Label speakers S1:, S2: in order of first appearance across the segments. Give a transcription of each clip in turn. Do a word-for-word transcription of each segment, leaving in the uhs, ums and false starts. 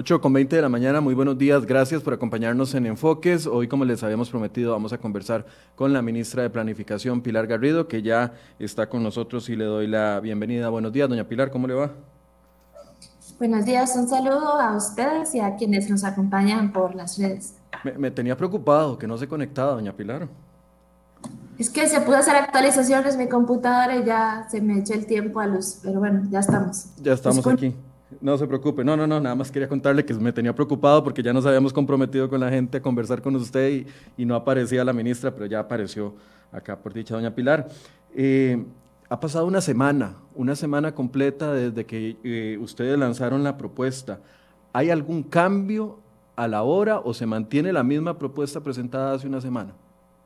S1: ocho con veinte de la mañana, muy buenos días, gracias por acompañarnos en Enfoques. Hoy, como les habíamos prometido, vamos a conversar con la ministra de Planificación, Pilar Garrido, que ya está con nosotros y le doy la bienvenida. Buenos días, doña Pilar, ¿cómo le va?
S2: Buenos días, un saludo a ustedes y a quienes nos acompañan por las redes.
S1: Me, me tenía preocupado que no se conectaba, doña Pilar.
S2: Es que se pudo hacer actualizaciones en mi computadora y ya se me echó el tiempo a luz, pero bueno, ya estamos.
S1: Ya
S2: Pues
S1: estamos
S2: con-
S1: aquí. No se preocupe, no, no, no, nada más quería contarle que me tenía preocupado porque ya nos habíamos comprometido con la gente a conversar con usted y, y no aparecía la ministra, pero ya apareció acá por dicha doña Pilar. Eh, ha pasado una semana, una semana completa desde que eh, ustedes lanzaron la propuesta. ¿Hay algún cambio a la hora o se mantiene la misma propuesta presentada hace una semana?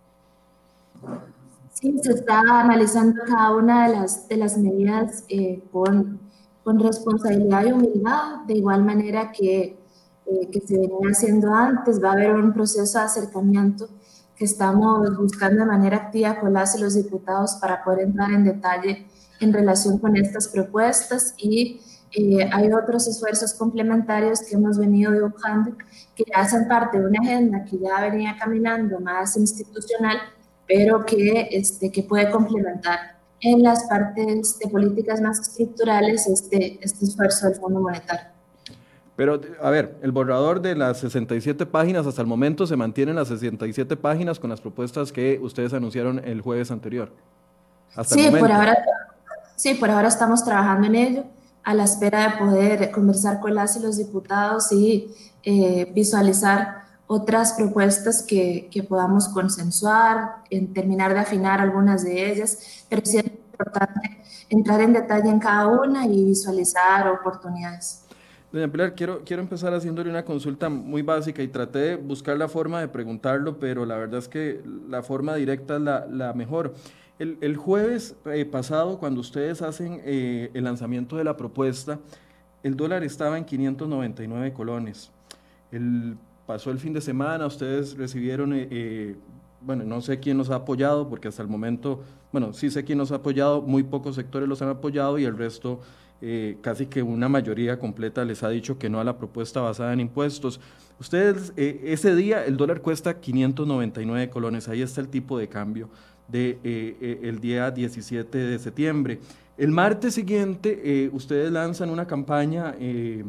S2: sí, se está analizando cada una de las, de las medidas eh, con, con responsabilidad y humildad, de igual manera que, eh, que se venía haciendo antes. Va a haber un proceso de acercamiento que estamos buscando de manera activa con las y los diputados para poder entrar en detalle en relación con estas propuestas y eh, hay otros esfuerzos complementarios que hemos venido dibujando que hacen parte de una agenda que ya venía caminando más institucional, pero que, este, que puede complementar en las partes de políticas más estructurales este, este esfuerzo del Fondo Monetario.
S1: Pero, a ver, el borrador de las sesenta y siete páginas hasta el momento se mantiene en las sesenta y siete páginas con las propuestas que ustedes anunciaron el jueves anterior. Hasta el
S2: Sí, por
S1: momento.
S2: ahora, sí, por ahora estamos trabajando en ello, a la espera de poder conversar con las y los diputados y eh, visualizar otras propuestas que, que podamos consensuar, en terminar de afinar algunas de ellas, pero sí es importante entrar en detalle en cada una y visualizar oportunidades.
S1: Doña Pilar, quiero, quiero empezar haciéndole una consulta muy básica y traté de buscar la forma de preguntarlo, pero la verdad es que la forma directa es la, la mejor. El, el jueves eh, pasado, cuando ustedes hacen eh, el lanzamiento de la propuesta, el dólar estaba en quinientos noventa y nueve colones. El, pasó el fin de semana, ustedes recibieron, eh, eh, bueno, no sé quién los ha apoyado, porque hasta el momento, bueno, sí sé quién los ha apoyado, muy pocos sectores los han apoyado y el resto, eh, casi que una mayoría completa les ha dicho que no a la propuesta basada en impuestos. Ustedes, eh, ese día el dólar cuesta quinientos noventa y nueve colones, ahí está el tipo de cambio de, eh, eh, el día diecisiete de septiembre. El martes siguiente, eh, ustedes lanzan una campaña eh,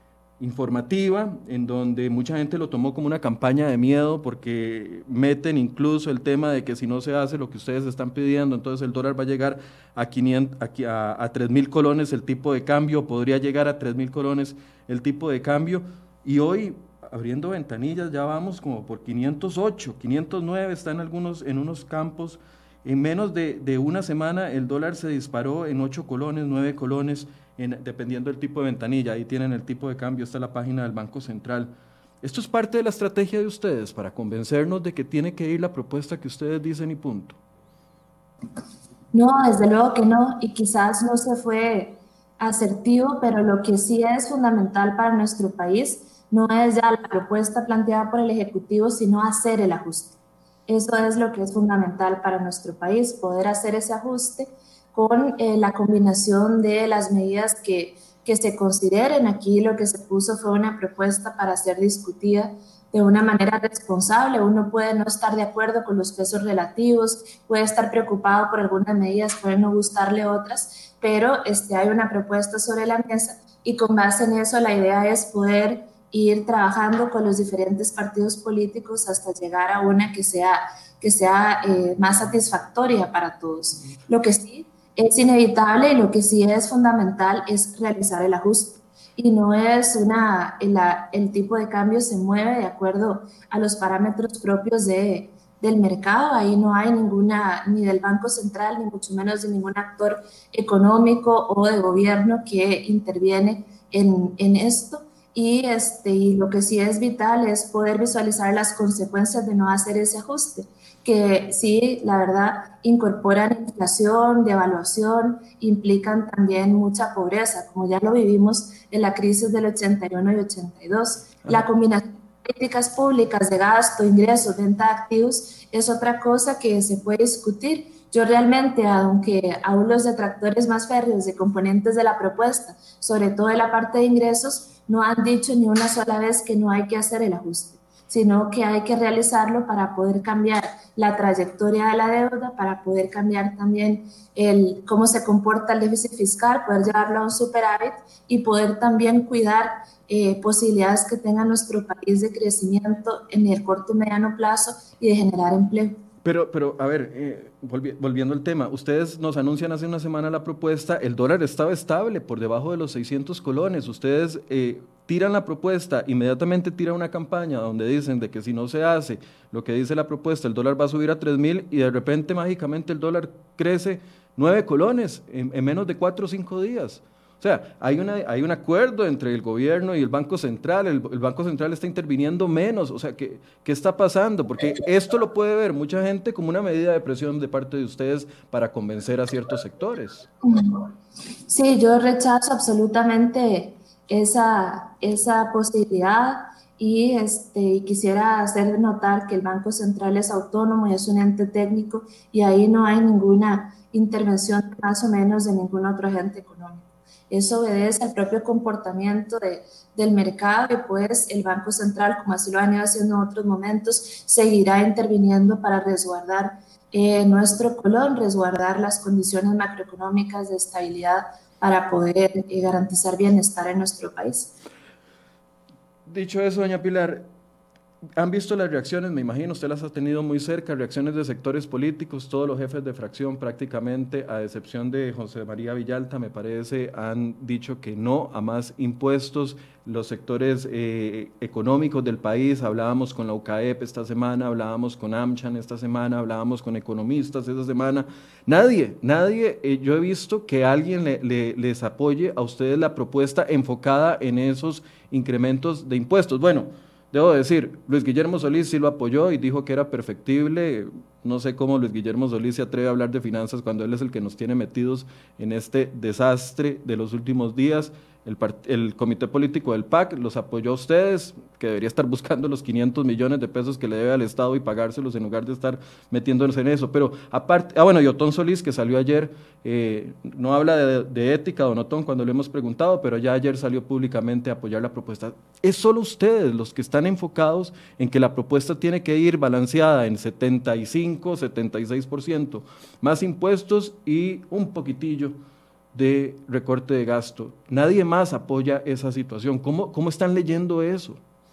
S1: informativa, en donde mucha gente lo tomó como una campaña de miedo porque meten incluso el tema de que si no se hace lo que ustedes están pidiendo, entonces el dólar va a llegar a, quinientos, a, a, a tres mil colones el tipo de cambio, podría llegar a tres mil colones el tipo de cambio, y hoy, abriendo ventanillas, ya vamos como por quinientos ocho, quinientos nueve, está en, algunos, en unos campos. En menos de, de una semana el dólar se disparó en ocho colones, nueve colones, en, dependiendo del tipo de ventanilla. Ahí tienen el tipo de cambio, está la página del Banco Central. Esto es parte de la estrategia de ustedes para convencernos de que tiene que ir la propuesta que ustedes dicen y punto.
S2: No, desde luego que no, y quizás no se fue asertivo, pero lo que sí es fundamental para nuestro país no es ya la propuesta planteada por el Ejecutivo, sino hacer el ajuste. Eso es lo que es fundamental para nuestro país, poder hacer ese ajuste con eh, la combinación de las medidas que, que se consideren. Aquí lo que se puso fue una propuesta para ser discutida de una manera responsable. Uno puede no estar de acuerdo con los pesos relativos, puede estar preocupado por algunas medidas, puede no gustarle otras, pero este, hay una propuesta sobre la mesa y con base en eso la idea es poder ir trabajando con los diferentes partidos políticos hasta llegar a una que sea, que sea eh, más satisfactoria para todos. Lo que sí es inevitable y lo que sí es fundamental es realizar el ajuste y no es una, el, el tipo de cambio se mueve de acuerdo a los parámetros propios de, del mercado, ahí no hay ninguna, ni del Banco Central, ni mucho menos de ningún actor económico o de gobierno que interviene en, en esto. Y, este, y lo que sí es vital es poder visualizar las consecuencias de no hacer ese ajuste, que sí, la verdad, incorporan inflación, devaluación, implican también mucha pobreza, como ya lo vivimos en la crisis del ochenta y uno y ochenta y dos. La
S1: Ajá.
S2: combinación de políticas públicas de gasto, ingresos, venta de activos, es otra cosa que se puede discutir. Yo realmente, aunque aún los detractores más férreos de componentes de la propuesta, sobre todo en la parte de ingresos, no han dicho ni una sola vez que no hay que hacer el ajuste, sino que hay que realizarlo para poder cambiar la trayectoria de la deuda, para poder cambiar también el, cómo se comporta el déficit fiscal, poder llevarlo a un superávit y poder también cuidar eh, posibilidades que tenga nuestro país de crecimiento en el corto y mediano plazo y de generar empleo.
S1: Pero, pero a ver, eh, volvi- volviendo al tema, ustedes nos anuncian hace una semana la propuesta, el dólar estaba estable por debajo de los seiscientos colones, ustedes eh, tiran la propuesta, inmediatamente tiran una campaña donde dicen de que si no se hace lo que dice la propuesta, el dólar va a subir a tres mil y de repente mágicamente el dólar crece nueve colones en, en menos de cuatro o cinco días. O sea, hay, una, hay un acuerdo entre el gobierno y el Banco Central, el, el Banco Central está interviniendo menos, o sea, ¿qué, ¿qué está pasando? Porque esto lo puede ver mucha gente como una medida de presión de parte de ustedes para convencer a ciertos sectores.
S2: Sí, yo rechazo absolutamente esa, esa posibilidad y este, quisiera hacer notar que el Banco Central es autónomo y es un ente técnico y ahí no hay ninguna intervención más o menos de ningún otro agente económico. Eso obedece al propio comportamiento de, del mercado y pues el Banco Central, como así lo han ido haciendo en otros momentos, seguirá interviniendo para resguardar eh, nuestro colón, resguardar las condiciones macroeconómicas de estabilidad para poder eh, garantizar bienestar en nuestro país.
S1: Dicho eso, doña Pilar, han visto las reacciones, me imagino, usted las ha tenido muy cerca, reacciones de sectores políticos, todos los jefes de fracción prácticamente, a excepción de José María Villalta, me parece, han dicho que no a más impuestos. Los sectores eh, económicos del país, hablábamos con la U C A E P esta semana, hablábamos con AmCham esta semana, hablábamos con economistas esta semana, nadie, nadie, eh, yo he visto que alguien le, le, les apoye a ustedes la propuesta enfocada en esos incrementos de impuestos. Bueno, debo decir, Luis Guillermo Solís sí lo apoyó y dijo que era perfectible. No sé cómo Luis Guillermo Solís se atreve a hablar de finanzas cuando él es el que nos tiene metidos en este desastre de los últimos días. El, el comité político del P A C los apoyó a ustedes, que debería estar buscando los quinientos millones de pesos que le debe al Estado y pagárselos en lugar de estar metiéndose en eso. Pero aparte, ah bueno, y Otón Solís, que salió ayer, eh, no habla de, de ética, don Otón, cuando le hemos preguntado, pero ya ayer salió públicamente a apoyar la propuesta. Es solo ustedes los que están enfocados en que la propuesta tiene que ir balanceada en setenta y cinco, setenta y seis por ciento, más impuestos y un poquitillo de recorte de gasto. Nadie más apoya esa situación. ¿Cómo, cómo están leyendo eso?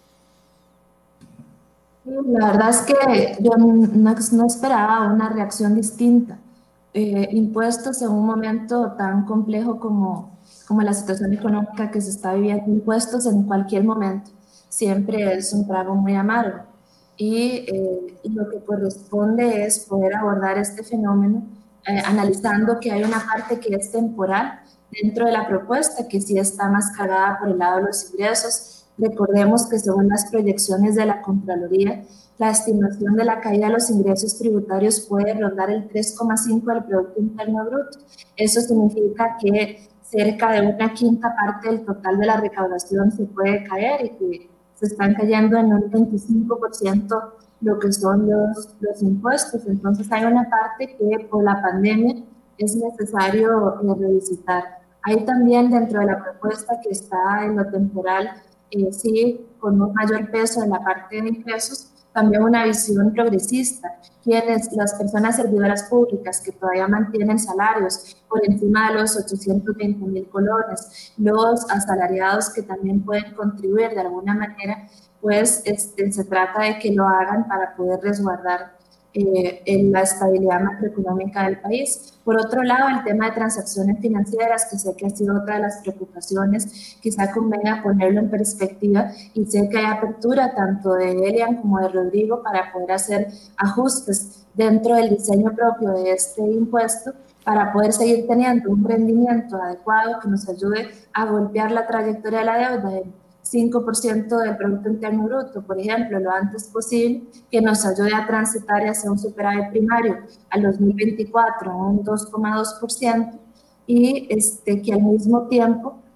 S2: La verdad es que yo no, no esperaba una reacción distinta. Eh, impuestos en un momento tan complejo como, como la situación económica que se está viviendo, impuestos en cualquier momento, siempre es un trago muy amargo. Y, eh, y lo que corresponde es poder abordar este fenómeno eh, analizando que hay una parte que es temporal dentro de la propuesta, que sí está más cargada por el lado de los ingresos. Recordemos que según las proyecciones de la Contraloría, la estimación de la caída de los ingresos tributarios puede rondar el tres coma cinco del Producto Interno Bruto. Eso significa que cerca de una quinta parte del total de la recaudación se puede caer y que se están cayendo en un veinticinco por ciento lo que son los, los impuestos. Entonces hay una parte que por la pandemia es necesario eh, revisitar. Hay también dentro de la propuesta que está en lo temporal, eh, sí, con un mayor peso en la parte de ingresos, también una visión progresista, quienes las personas servidoras públicas que todavía mantienen salarios por encima de los ochocientos veinte mil colones, los asalariados que también pueden contribuir de alguna manera, pues este, se trata de que lo hagan para poder resguardar eh, en la estabilidad macroeconómica del país. Por otro lado, el tema de transacciones financieras, que sé que ha sido otra de las preocupaciones, quizá convenga ponerlo en perspectiva y sé que hay apertura tanto de Elian como de Rodrigo para poder hacer ajustes dentro del diseño propio de este impuesto para poder seguir teniendo un rendimiento adecuado que nos ayude a golpear la trayectoria de la deuda del cinco por ciento del Producto Interno Bruto, por ejemplo, lo antes posible, que nos ayude a transitar hacia un superávit primario al dos mil veinticuatro, a un dos coma dos por ciento, y este, que al mismo tiempo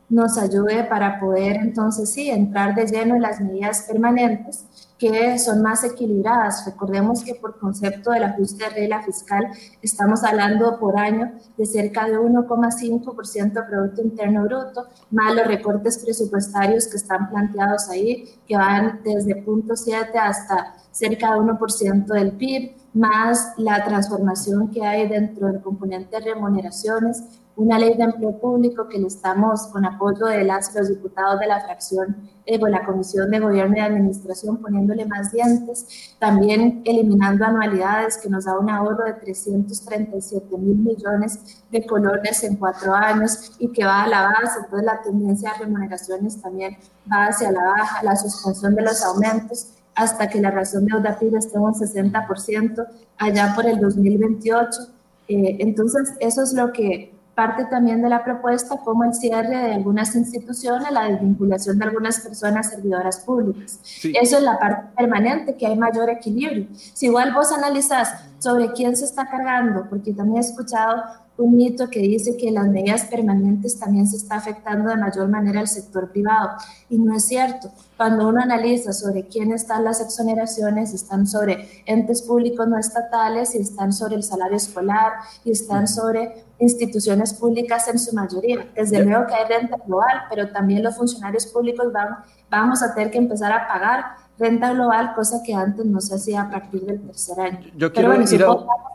S2: nos ayude para poder entonces sí entrar de lleno en las medidas permanentes que son más equilibradas. Recordemos que por concepto del ajuste de regla fiscal estamos hablando por año de cerca de uno coma cinco por ciento de Producto Interno Bruto, más los recortes presupuestarios que están planteados ahí, que van desde cero punto siete hasta cerca de uno por ciento del P I B, más la transformación que hay dentro del componente de remuneraciones, una ley de empleo público que le estamos, con apoyo de las, los diputados de la fracción, eh, de la Comisión de Gobierno y Administración, poniéndole más dientes, también eliminando anualidades que nos da un ahorro de trescientos treinta y siete mil millones de colones en cuatro años y que va a la baja. Entonces la tendencia de remuneraciones también va hacia la baja, la suspensión de los aumentos hasta que la razón de deuda P I B esté en un sesenta por ciento allá por el dos mil veintiocho. Eh, entonces eso es lo que parte también de la propuesta, como el cierre de algunas instituciones, la desvinculación de algunas personas servidoras públicas. Sí. Eso es la parte permanente, que hay mayor equilibrio. Si igual vos analizás sobre quién se está cargando, porque también he escuchado un mito que dice que las medidas permanentes también se está afectando de mayor manera al sector privado, y no es cierto. Cuando uno analiza sobre quién están las exoneraciones, están sobre entes públicos no estatales, y están sobre el salario escolar, y están sobre instituciones públicas en su mayoría. Desde luego que hay renta global, pero también los funcionarios públicos van, vamos a tener que empezar a pagar renta global, cosa que antes no se hacía a partir del tercer año.
S1: Yo quiero, bueno, ir,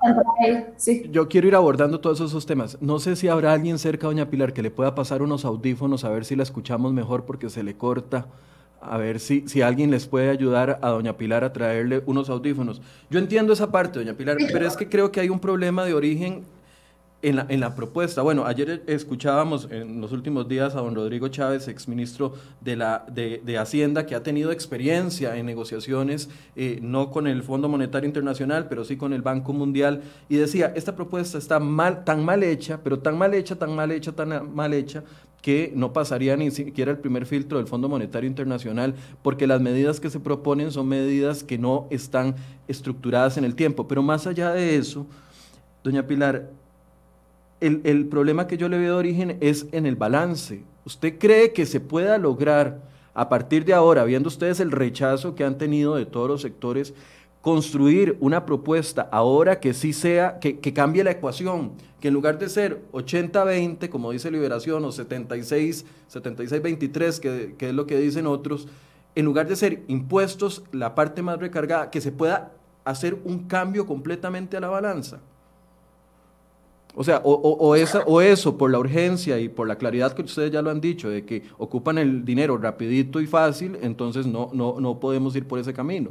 S1: a, sí. yo quiero ir abordando todos esos temas. No sé si habrá alguien cerca, doña Pilar, que le pueda pasar unos audífonos a ver si la escuchamos mejor, porque se le corta. A ver si, si alguien les puede ayudar a doña Pilar a traerle unos audífonos. Yo entiendo esa parte, doña Pilar, pero es que creo que hay un problema de origen En la, en la propuesta. Bueno, ayer escuchábamos en los últimos días a don Rodrigo Chávez, exministro de, la, de, de Hacienda, que ha tenido experiencia en negociaciones, eh, no con el Fondo Monetario Internacional, pero sí con el Banco Mundial, y decía, esta propuesta está mal, tan mal hecha, pero tan mal hecha, tan mal hecha, tan mal hecha, que no pasaría ni siquiera el primer filtro del Fondo Monetario Internacional, porque las medidas que se proponen son medidas que no están estructuradas en el tiempo. Pero más allá de eso, doña Pilar, El, el problema que yo le veo de origen es en el balance. ¿Usted cree que se pueda lograr, a partir de ahora, viendo ustedes el rechazo que han tenido de todos los sectores, construir una propuesta ahora que sí sea, que, que cambie la ecuación, que en lugar de ser ochenta veinte, como dice Liberación, o setenta y seis veintitrés, que, que es lo que dicen otros, en lugar de ser impuestos, la parte más recargada, que se pueda hacer un cambio completamente a la balanza? O sea, o, o, o, esa, o eso, por la urgencia y por la claridad que ustedes ya lo han dicho, de que ocupan el dinero rapidito y fácil, entonces no, no, no podemos ir por ese camino.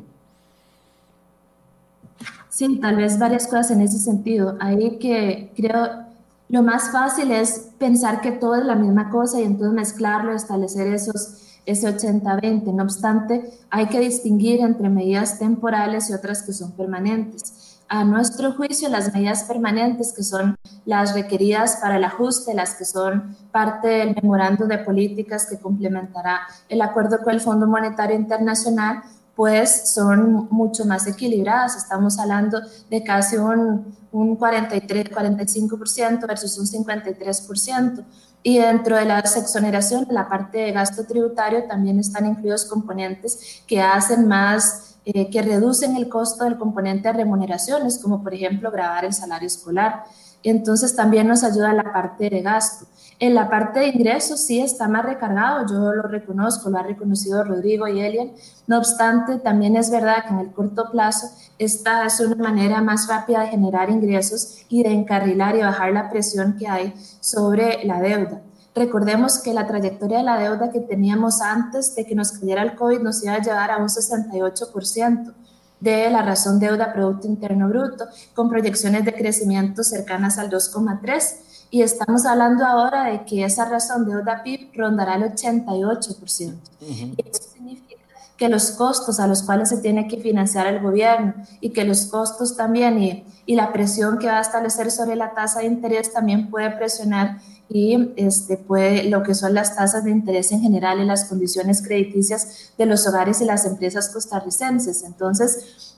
S2: Sí, tal vez varias cosas en ese sentido. Ahí que creo lo más fácil es pensar que todo es la misma cosa y entonces mezclarlo, establecer esos, ese ochenta veinte. No obstante, hay que distinguir entre medidas temporales y otras que son permanentes. A nuestro juicio, las medidas permanentes, que son las requeridas para el ajuste, las que son parte del memorando de políticas que complementará el acuerdo con el Fondo Monetario Internacional, pues son mucho más equilibradas. Estamos hablando de casi un, un cuarenta y tres, cuarenta y cinco por ciento versus un cincuenta y tres por ciento. Y dentro de las exoneraciones, la parte de gasto tributario, también están incluidos componentes que hacen más... Eh, que reducen el costo del componente de remuneraciones, como por ejemplo gravar el salario escolar. Entonces también nos ayuda la parte de gasto. En la parte de ingresos sí está más recargado, yo lo reconozco, lo ha reconocido Rodrigo y Elian. No obstante, también es verdad que en el corto plazo esta es una manera más rápida de generar ingresos y de encarrilar y bajar la presión que hay sobre la deuda. Recordemos que la trayectoria de la deuda que teníamos antes de que nos cayera el COVID nos iba a llevar a un sesenta y ocho por ciento de la razón deuda Producto Interno Bruto, con proyecciones de crecimiento cercanas al dos coma tres, y estamos hablando ahora de que esa razón deuda P I B rondará el ochenta y ocho por ciento. Uh-huh. Y eso significa que los costos a los cuales se tiene que financiar el gobierno y que los costos también y, y la presión que va a establecer sobre la tasa de interés también puede presionar y este, puede, lo que son las tasas de interés en general y las condiciones crediticias de los hogares y las empresas costarricenses. Entonces,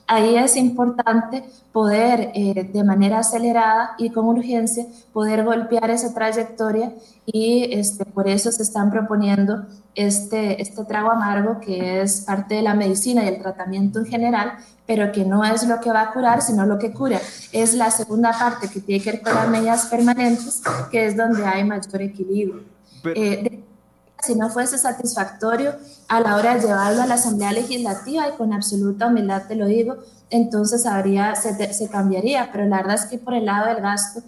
S2: ahí es importante poder eh, de manera acelerada y con urgencia poder golpear esa trayectoria y este, por eso se están proponiendo este, este trago amargo que es parte de la medicina y el tratamiento en general, pero que no es lo que va a curar, sino lo que cura. Es la segunda parte que tiene que ver con las medidas permanentes, que es donde hay mayor equilibrio.
S1: Pero,
S2: Eh, de, si no fuese satisfactorio a la hora de llevarlo a la Asamblea Legislativa, y con absoluta humildad te lo digo, entonces habría, se, se cambiaría, pero la verdad es que por el lado del gasto,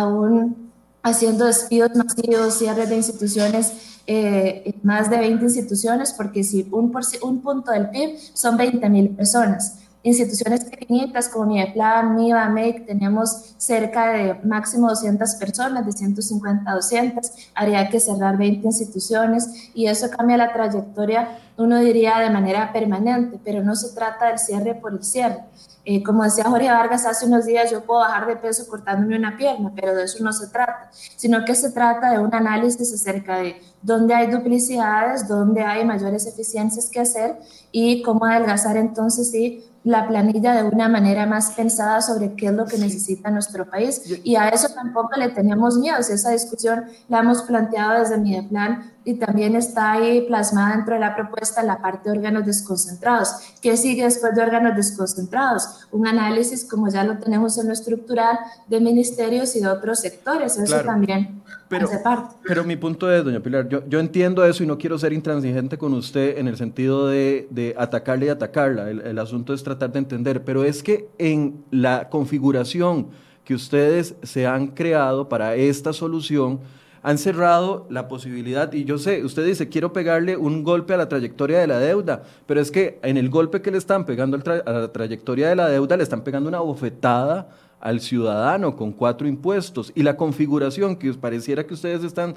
S2: aún haciendo despidos masivos, cierres de instituciones, eh, más de veinte instituciones, porque si un, por, un punto del P I B son veinte mil personas. Instituciones pequeñitas como Mideplan, MIVA, M E I C, tenemos cerca de máximo doscientas personas, de ciento cincuenta a doscientas, habría que cerrar veinte instituciones y eso cambia la trayectoria, uno diría de manera permanente, pero no se trata del cierre por el cierre. Eh, como decía Jorge Vargas hace unos días, yo puedo bajar de peso cortándome una pierna, pero de eso no se trata, sino que se trata de un análisis acerca de dónde hay duplicidades, dónde hay mayores eficiencias que hacer y cómo adelgazar entonces sí la planilla de una manera más pensada sobre qué es lo que sí necesita nuestro país. Y a eso tampoco le tenemos miedo. Si esa discusión la hemos planteado desde Mideplan y también está ahí plasmada dentro de la propuesta en la parte de órganos desconcentrados. ¿Qué sigue después de órganos desconcentrados? Un análisis, como ya lo tenemos en lo estructural, de ministerios y de otros sectores. Eso
S1: claro.
S2: también
S1: Pero,
S2: hace parte.
S1: pero mi punto es, doña Pilar, yo, yo entiendo eso y no quiero ser intransigente con usted en el sentido de, de atacarle y atacarla. El, el asunto es tratar de entender, pero es que en la configuración que ustedes se han creado para esta solución, han cerrado la posibilidad, y yo sé, usted dice, quiero pegarle un golpe a la trayectoria de la deuda, pero es que en el golpe que le están pegando a la trayectoria de la deuda, le están pegando una bofetada al ciudadano con cuatro impuestos, y la configuración que pareciera que ustedes están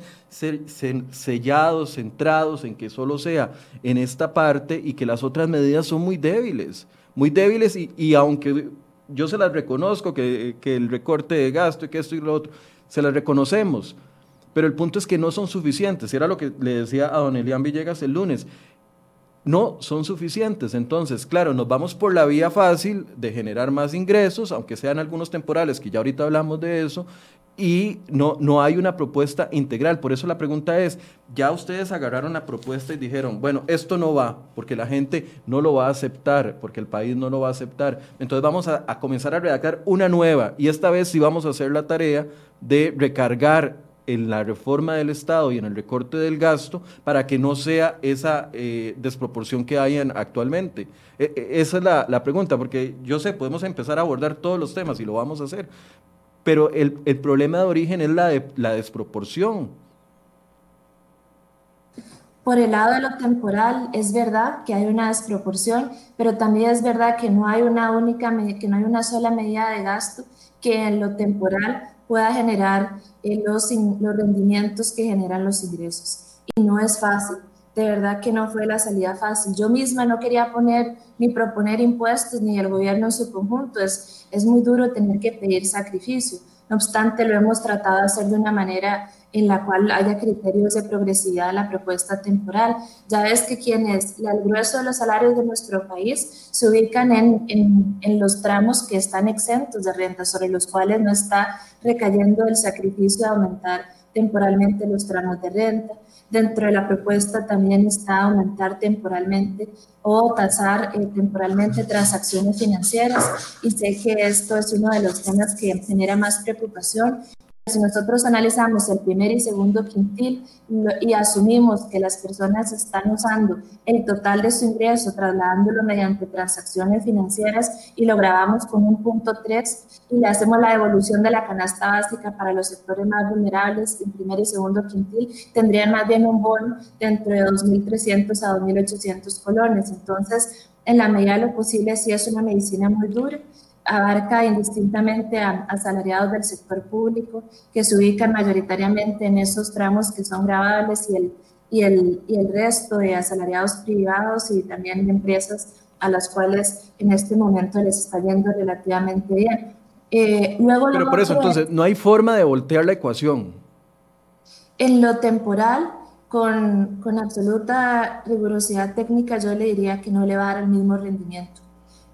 S1: sellados, centrados en que solo sea en esta parte y que las otras medidas son muy débiles, muy débiles y, y aunque yo se las reconozco, que, que el recorte de gasto y que esto y lo otro, se las reconocemos, pero el punto es que no son suficientes, era lo que le decía a don Elian Villegas el lunes, no son suficientes. Entonces, claro, nos vamos por la vía fácil de generar más ingresos, aunque sean algunos temporales, que ya ahorita hablamos de eso, y no, no hay una propuesta integral. Por eso la pregunta es, ya ustedes agarraron la propuesta y dijeron, bueno, esto no va, porque la gente no lo va a aceptar, porque el país no lo va a aceptar. Entonces vamos a, a comenzar a redactar una nueva, y esta vez sí vamos a hacer la tarea de recargar en la reforma del Estado y en el recorte del gasto para que no sea esa eh, desproporción que hay en, actualmente. E, esa es la, la pregunta, porque yo sé, podemos empezar a abordar todos los temas y lo vamos a hacer, pero el, el problema de origen es la, de, la desproporción.
S2: Por el lado de lo temporal, es verdad que hay una desproporción, pero también es verdad que no hay una única, que no hay una sola medida de gasto que en lo temporal pueda generar eh, los, los rendimientos que generan los ingresos. Y no es fácil, de verdad que no fue la salida fácil. Yo misma no quería poner ni proponer impuestos, ni el gobierno en su conjunto. Es, es muy duro tener que pedir sacrificio. No obstante, lo hemos tratado de hacer de una manera en la cual haya criterios de progresividad en la propuesta temporal. Ya ves que quienes, el grueso de los salarios de nuestro país se ubican en, en, en los tramos que están exentos de renta, sobre los cuales no está recayendo el sacrificio de aumentar temporalmente los tramos de renta. Dentro de la propuesta también está aumentar temporalmente o tasar eh, temporalmente transacciones financieras, y sé que esto es uno de los temas que genera más preocupación. Si nosotros analizamos el primer y segundo quintil y asumimos que las personas están usando el total de su ingreso, trasladándolo mediante transacciones financieras, y lo grabamos con un punto tres y le hacemos la devolución de la canasta básica para los sectores más vulnerables en primer y segundo quintil, tendrían más bien un bono de entre dos mil trescientos a dos mil ochocientos colones. Entonces, en la medida de lo posible, sí es una medicina muy dura, abarca indistintamente a asalariados del sector público que se ubican mayoritariamente en esos tramos que son gravables, y el, y el, y el resto de asalariados privados y también de empresas a las cuales en este momento les está yendo relativamente bien. Eh, luego
S1: Pero por eso, entonces, no hay forma de voltear la ecuación.
S2: En lo temporal, con, con absoluta rigurosidad técnica, yo le diría que no le va a dar el mismo rendimiento.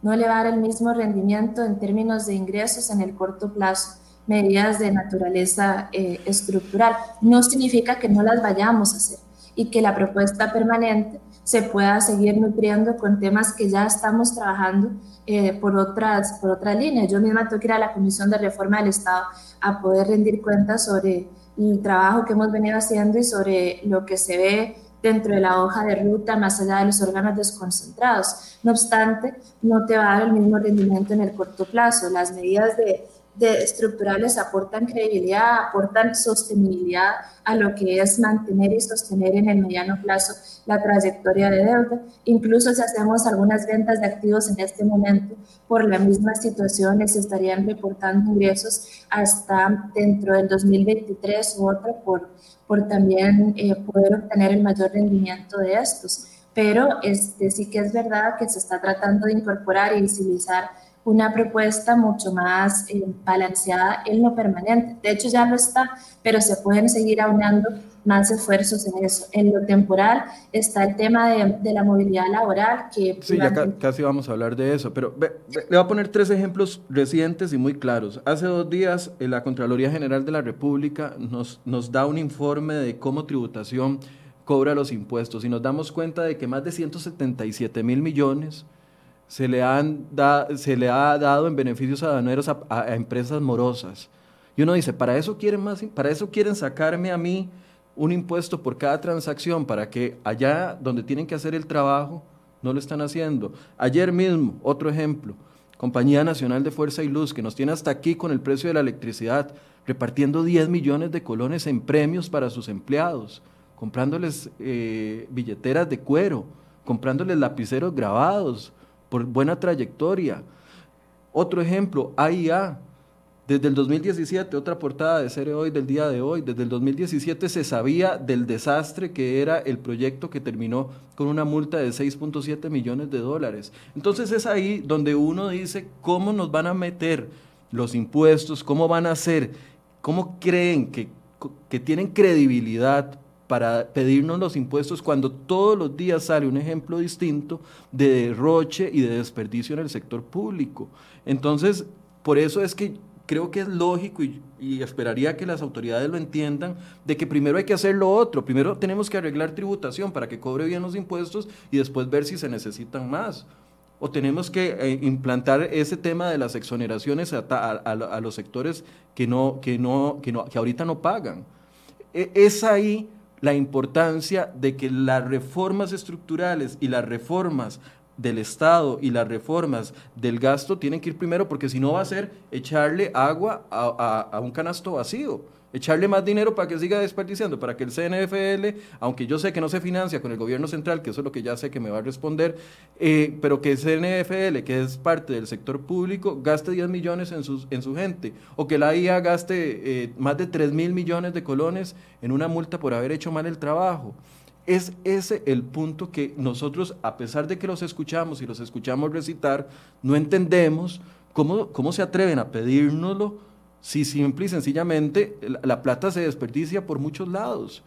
S2: no le va a dar el mismo rendimiento en términos de ingresos en el corto plazo, medidas de naturaleza eh, estructural. No significa que no las vayamos a hacer y que la propuesta permanente se pueda seguir nutriendo con temas que ya estamos trabajando eh, por, otras, por otras líneas. Yo misma tengo que ir a la Comisión de Reforma del Estado a poder rendir cuentas sobre el trabajo que hemos venido haciendo y sobre lo que se ve dentro de la hoja de ruta, más allá de los órganos desconcentrados. No obstante, no te va a dar el mismo rendimiento en el corto plazo. Las medidas de, de estructurales aportan credibilidad, aportan sostenibilidad a lo que es mantener y sostener en el mediano plazo la trayectoria de deuda. Incluso si hacemos algunas ventas de activos en este momento, por la misma situación les estarían reportando ingresos hasta dentro del dos mil veintitrés u otro por, por también eh, poder obtener el mayor rendimiento de estos. Pero este, sí que es verdad que se está tratando de incorporar y visibilizar una propuesta mucho más eh, balanceada en lo permanente. De hecho ya lo está, pero se pueden seguir aunando más esfuerzos en eso. En lo temporal está el tema de, de la movilidad laboral. Que
S1: sí, ya ca casi vamos a hablar de eso, pero ve, ve, le voy a poner tres ejemplos recientes y muy claros. Hace dos días eh, la Contraloría General de la República nos, nos da un informe de cómo tributación cobra los impuestos y nos damos cuenta de que más de ciento setenta y siete mil millones se le, han da, se le ha dado en beneficios aduaneros a, a, a empresas morosas. Y uno dice, ¿para eso quieren más? ¿Para eso quieren sacarme a mí un impuesto por cada transacción para que allá donde tienen que hacer el trabajo no lo están haciendo? Ayer mismo, otro ejemplo, Compañía Nacional de Fuerza y Luz, que nos tiene hasta aquí con el precio de la electricidad, repartiendo diez millones de colones en premios para sus empleados, comprándoles eh, billeteras de cuero, comprándoles lapiceros grabados por buena trayectoria. Otro ejemplo, A I A. Desde el dos mil diecisiete, otra portada de Cere Hoy del día de hoy, desde el dos mil diecisiete se sabía del desastre que era el proyecto que terminó con una multa de seis punto siete millones de dólares. Entonces es ahí donde uno dice cómo nos van a meter los impuestos, cómo van a hacer, cómo creen que, que tienen credibilidad para pedirnos los impuestos cuando todos los días sale un ejemplo distinto de derroche y de desperdicio en el sector público. Entonces, por eso es que creo que es lógico y, y esperaría que las autoridades lo entiendan, de que primero hay que hacer lo otro, primero tenemos que arreglar tributación para que cobre bien los impuestos y después ver si se necesitan más. O tenemos que eh, implantar ese tema de las exoneraciones a, a, a, a los sectores que, no, que, no, que, no, que ahorita no pagan. E, es ahí la importancia de que las reformas estructurales y las reformas del Estado y las reformas del gasto tienen que ir primero, porque si no va a ser echarle agua a, a, a un canasto vacío, echarle más dinero para que siga desperdiciando, para que el C N F L, aunque yo sé que no se financia con el gobierno central, que eso es lo que ya sé que me va a responder, eh, pero que el C N F L, que es parte del sector público, gaste diez millones en, sus, en su gente, o que la I A gaste eh, más de tres mil millones de colones en una multa por haber hecho mal el trabajo. Es ese el punto que nosotros, a pesar de que los escuchamos y los escuchamos recitar, no entendemos cómo, cómo se atreven a pedírnoslo si simple y sencillamente la, la plata se desperdicia por muchos lados.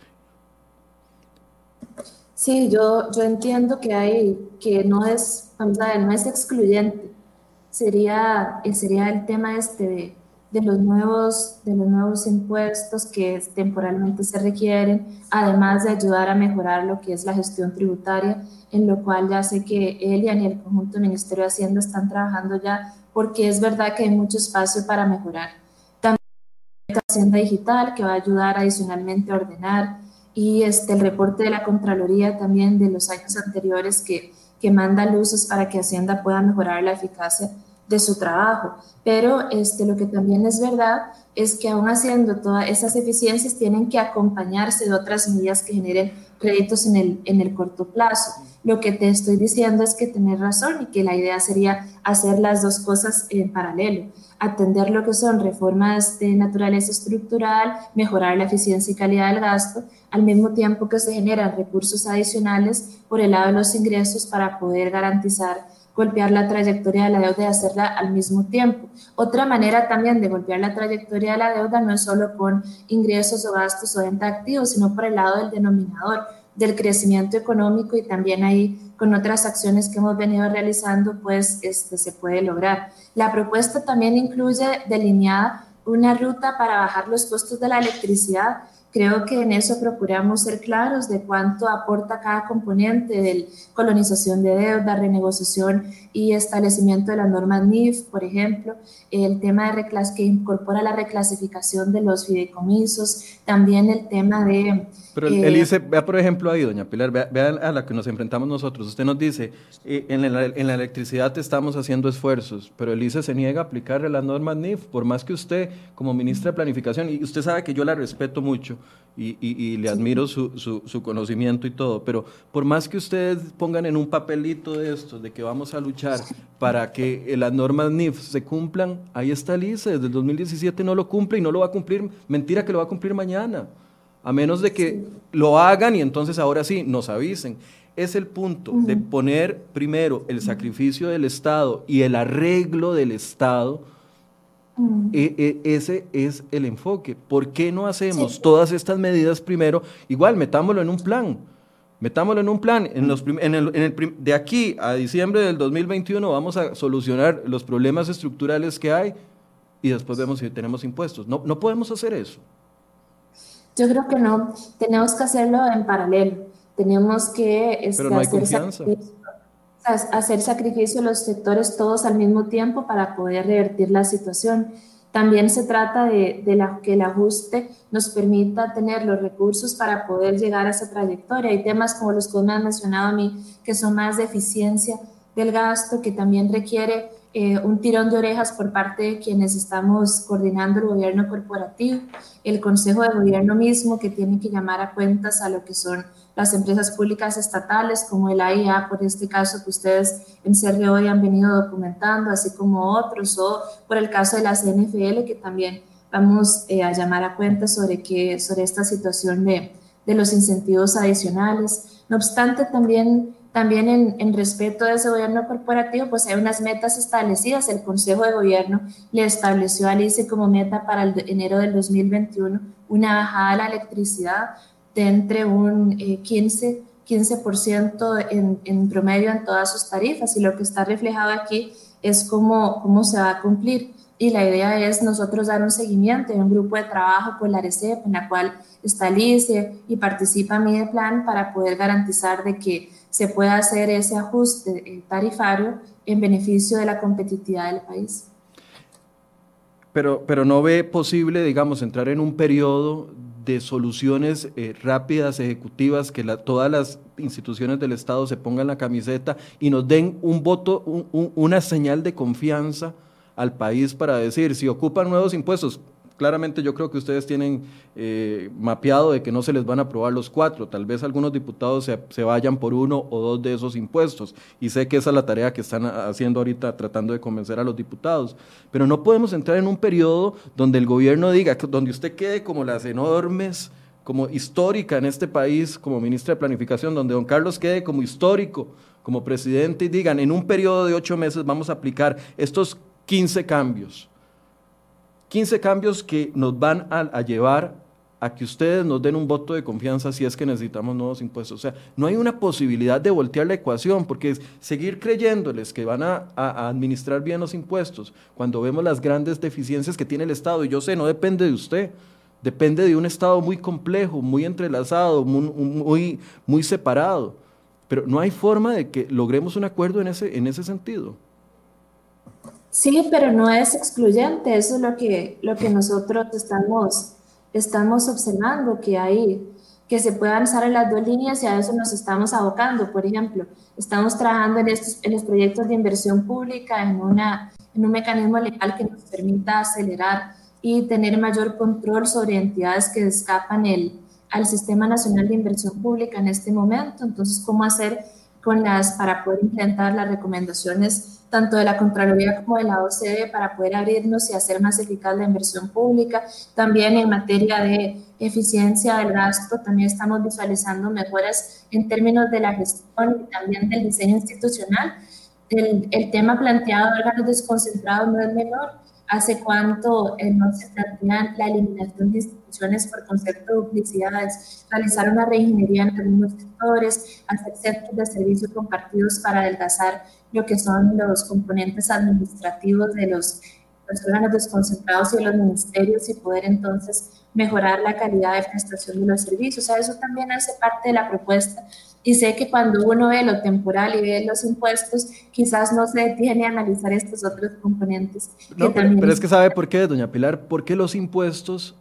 S2: Sí, yo, yo entiendo que hay, que no es, vamos a ver, no es excluyente. Sería, sería el tema este de de los nuevos, de los nuevos impuestos que temporalmente se requieren, además de ayudar a mejorar lo que es la gestión tributaria, en lo cual ya sé que Elian y el conjunto del Ministerio de Hacienda están trabajando ya, porque es verdad que hay mucho espacio para mejorar. También la Hacienda Digital, que va a ayudar adicionalmente a ordenar, y este, el reporte de la Contraloría también de los años anteriores que, que manda luces para que Hacienda pueda mejorar la eficacia de su trabajo, pero este, lo que también es verdad es que aún haciendo todas esas eficiencias tienen que acompañarse de otras medidas que generen créditos en el, en el corto plazo. Lo que te estoy diciendo es que tenés razón y que la idea sería hacer las dos cosas en paralelo, atender lo que son reformas de naturaleza estructural, mejorar la eficiencia y calidad del gasto, al mismo tiempo que se generan recursos adicionales por el lado de los ingresos para poder garantizar golpear la trayectoria de la deuda y hacerla al mismo tiempo. Otra manera también de golpear la trayectoria de la deuda no es solo con ingresos o gastos o venta de activos, sino por el lado del denominador, del crecimiento económico, y también ahí con otras acciones que hemos venido realizando, pues este, se puede lograr. La propuesta también incluye delineada una ruta para bajar los costos de la electricidad. Creo que en eso procuramos ser claros de cuánto aporta cada componente de colonización de deuda, renegociación y establecimiento de las normas N I F, por ejemplo, el tema de reclas que incorpora la reclasificación de los fideicomisos, también el tema de...
S1: Pero el, el I C E, vea por ejemplo ahí, doña Pilar, vea, vea a la que nos enfrentamos nosotros. Usted nos dice, eh, en, la, en la electricidad estamos haciendo esfuerzos, pero el I C E se niega a aplicarle las normas N I F, por más que usted, como ministra de Planificación, y usted sabe que yo la respeto mucho y, y, y le admiro su, su, su conocimiento y todo, pero por más que ustedes pongan en un papelito de esto, de que vamos a luchar para que las normas N I F se cumplan, ahí está el I C E, desde el dos mil diecisiete no lo cumple y no lo va a cumplir, mentira que lo va a cumplir mañana. A menos de que sí. lo hagan y entonces ahora sí nos avisen. Es el punto uh-huh. de poner primero el sacrificio del Estado y el arreglo del Estado. Uh-huh. E- e- ese es el enfoque. ¿Por qué no hacemos sí. todas estas medidas primero? Igual, metámoslo en un plan. Metámoslo en un plan. En los prim- en el, en el prim- de aquí a diciembre del dos mil veintiuno vamos a solucionar los problemas estructurales que hay y después vemos si tenemos impuestos. No, no podemos hacer eso.
S2: Yo creo que no, tenemos que hacerlo en paralelo, tenemos que este,
S1: Pero no hay
S2: hacer,
S1: confianza.
S2: sacrificio, hacer sacrificio los sectores todos al mismo tiempo para poder revertir la situación. También se trata de, de la, que el ajuste nos permita tener los recursos para poder llegar a esa trayectoria. Hay temas como los que me han mencionado a mí, que son más de eficiencia del gasto, que también requiere Eh, un tirón de orejas por parte de quienes estamos coordinando el gobierno corporativo, el Consejo de Gobierno mismo, que tiene que llamar a cuentas a lo que son las empresas públicas estatales, como el A I A, por este caso que ustedes en C R hoy han venido documentando, así como otros, o por el caso de la C N F L, que también vamos eh, a llamar a cuentas sobre, que, sobre esta situación de, de los incentivos adicionales. No obstante, también También en, en respeto de ese gobierno corporativo, pues hay unas metas establecidas. El Consejo de Gobierno le estableció al I C E como meta para el de enero del dos mil veintiuno una bajada de la electricidad de entre un eh, quince, quince por ciento en, en promedio en todas sus tarifas, y lo que está reflejado aquí es cómo, cómo se va a cumplir. Y la idea es nosotros dar un seguimiento en un grupo de trabajo por la ARECEP, en la cual está el I C E y participa Mideplan, para poder garantizar de que se pueda hacer ese ajuste tarifario en beneficio de la competitividad del país.
S1: Pero, pero no ve posible, digamos, entrar en un periodo de soluciones eh, rápidas, ejecutivas, que la, todas las instituciones del Estado se pongan la camiseta y nos den un voto, un, un, una señal de confianza al país para decir, si ocupan nuevos impuestos. Claramente yo creo que ustedes tienen eh, mapeado de que no se les van a aprobar los cuatro, tal vez algunos diputados se, se vayan por uno o dos de esos impuestos, y sé que esa es la tarea que están haciendo ahorita, tratando de convencer a los diputados, pero no podemos entrar en un periodo donde el gobierno diga, donde usted quede como las enormes, como histórica en este país, como ministra de Planificación, donde don Carlos quede como histórico, como presidente, y digan, en un periodo de ocho meses vamos a aplicar estos quince cambios, quince cambios que nos van a, a llevar a que ustedes nos den un voto de confianza si es que necesitamos nuevos impuestos. O sea, no hay una posibilidad de voltear la ecuación, porque es seguir creyéndoles que van a, a, a administrar bien los impuestos cuando vemos las grandes deficiencias que tiene el Estado. Y yo sé, no depende de usted, depende de un Estado muy complejo, muy entrelazado, muy, muy, muy separado. Pero no hay forma de que logremos un acuerdo en ese, en ese sentido.
S2: Sí, pero no es excluyente, eso es lo que, lo que nosotros estamos, estamos observando, que hay, que se puede avanzar en las dos líneas, y a eso nos estamos abocando. Por ejemplo, estamos trabajando en, estos, en los proyectos de inversión pública, en, una, en un mecanismo legal que nos permita acelerar y tener mayor control sobre entidades que escapan el, al Sistema Nacional de Inversión Pública en este momento. Entonces, ¿cómo hacer con las, para poder implementar las recomendaciones tanto de la Contraloría como de la O C D para poder abrirnos y hacer más eficaz la inversión pública? También en materia de eficiencia del gasto, también estamos visualizando mejoras en términos de la gestión y también del diseño institucional. El, el tema planteado de órganos desconcentrados no es menor. hace cuánto eh, no se plantean la eliminación de instituciones por concepto de duplicidades, realizar una reingeniería en algunos sectores, hacer centros de servicio compartidos para adelgazar lo que son los componentes administrativos de los, los órganos desconcentrados y de los ministerios, y poder entonces mejorar la calidad de prestación de los servicios. O sea, eso también hace parte de la propuesta. Y sé que cuando uno ve lo temporal y ve los impuestos, quizás no se detiene a analizar estos otros componentes.
S1: No, pero, pero es que ¿sabe por qué, doña Pilar? Porque los impuestos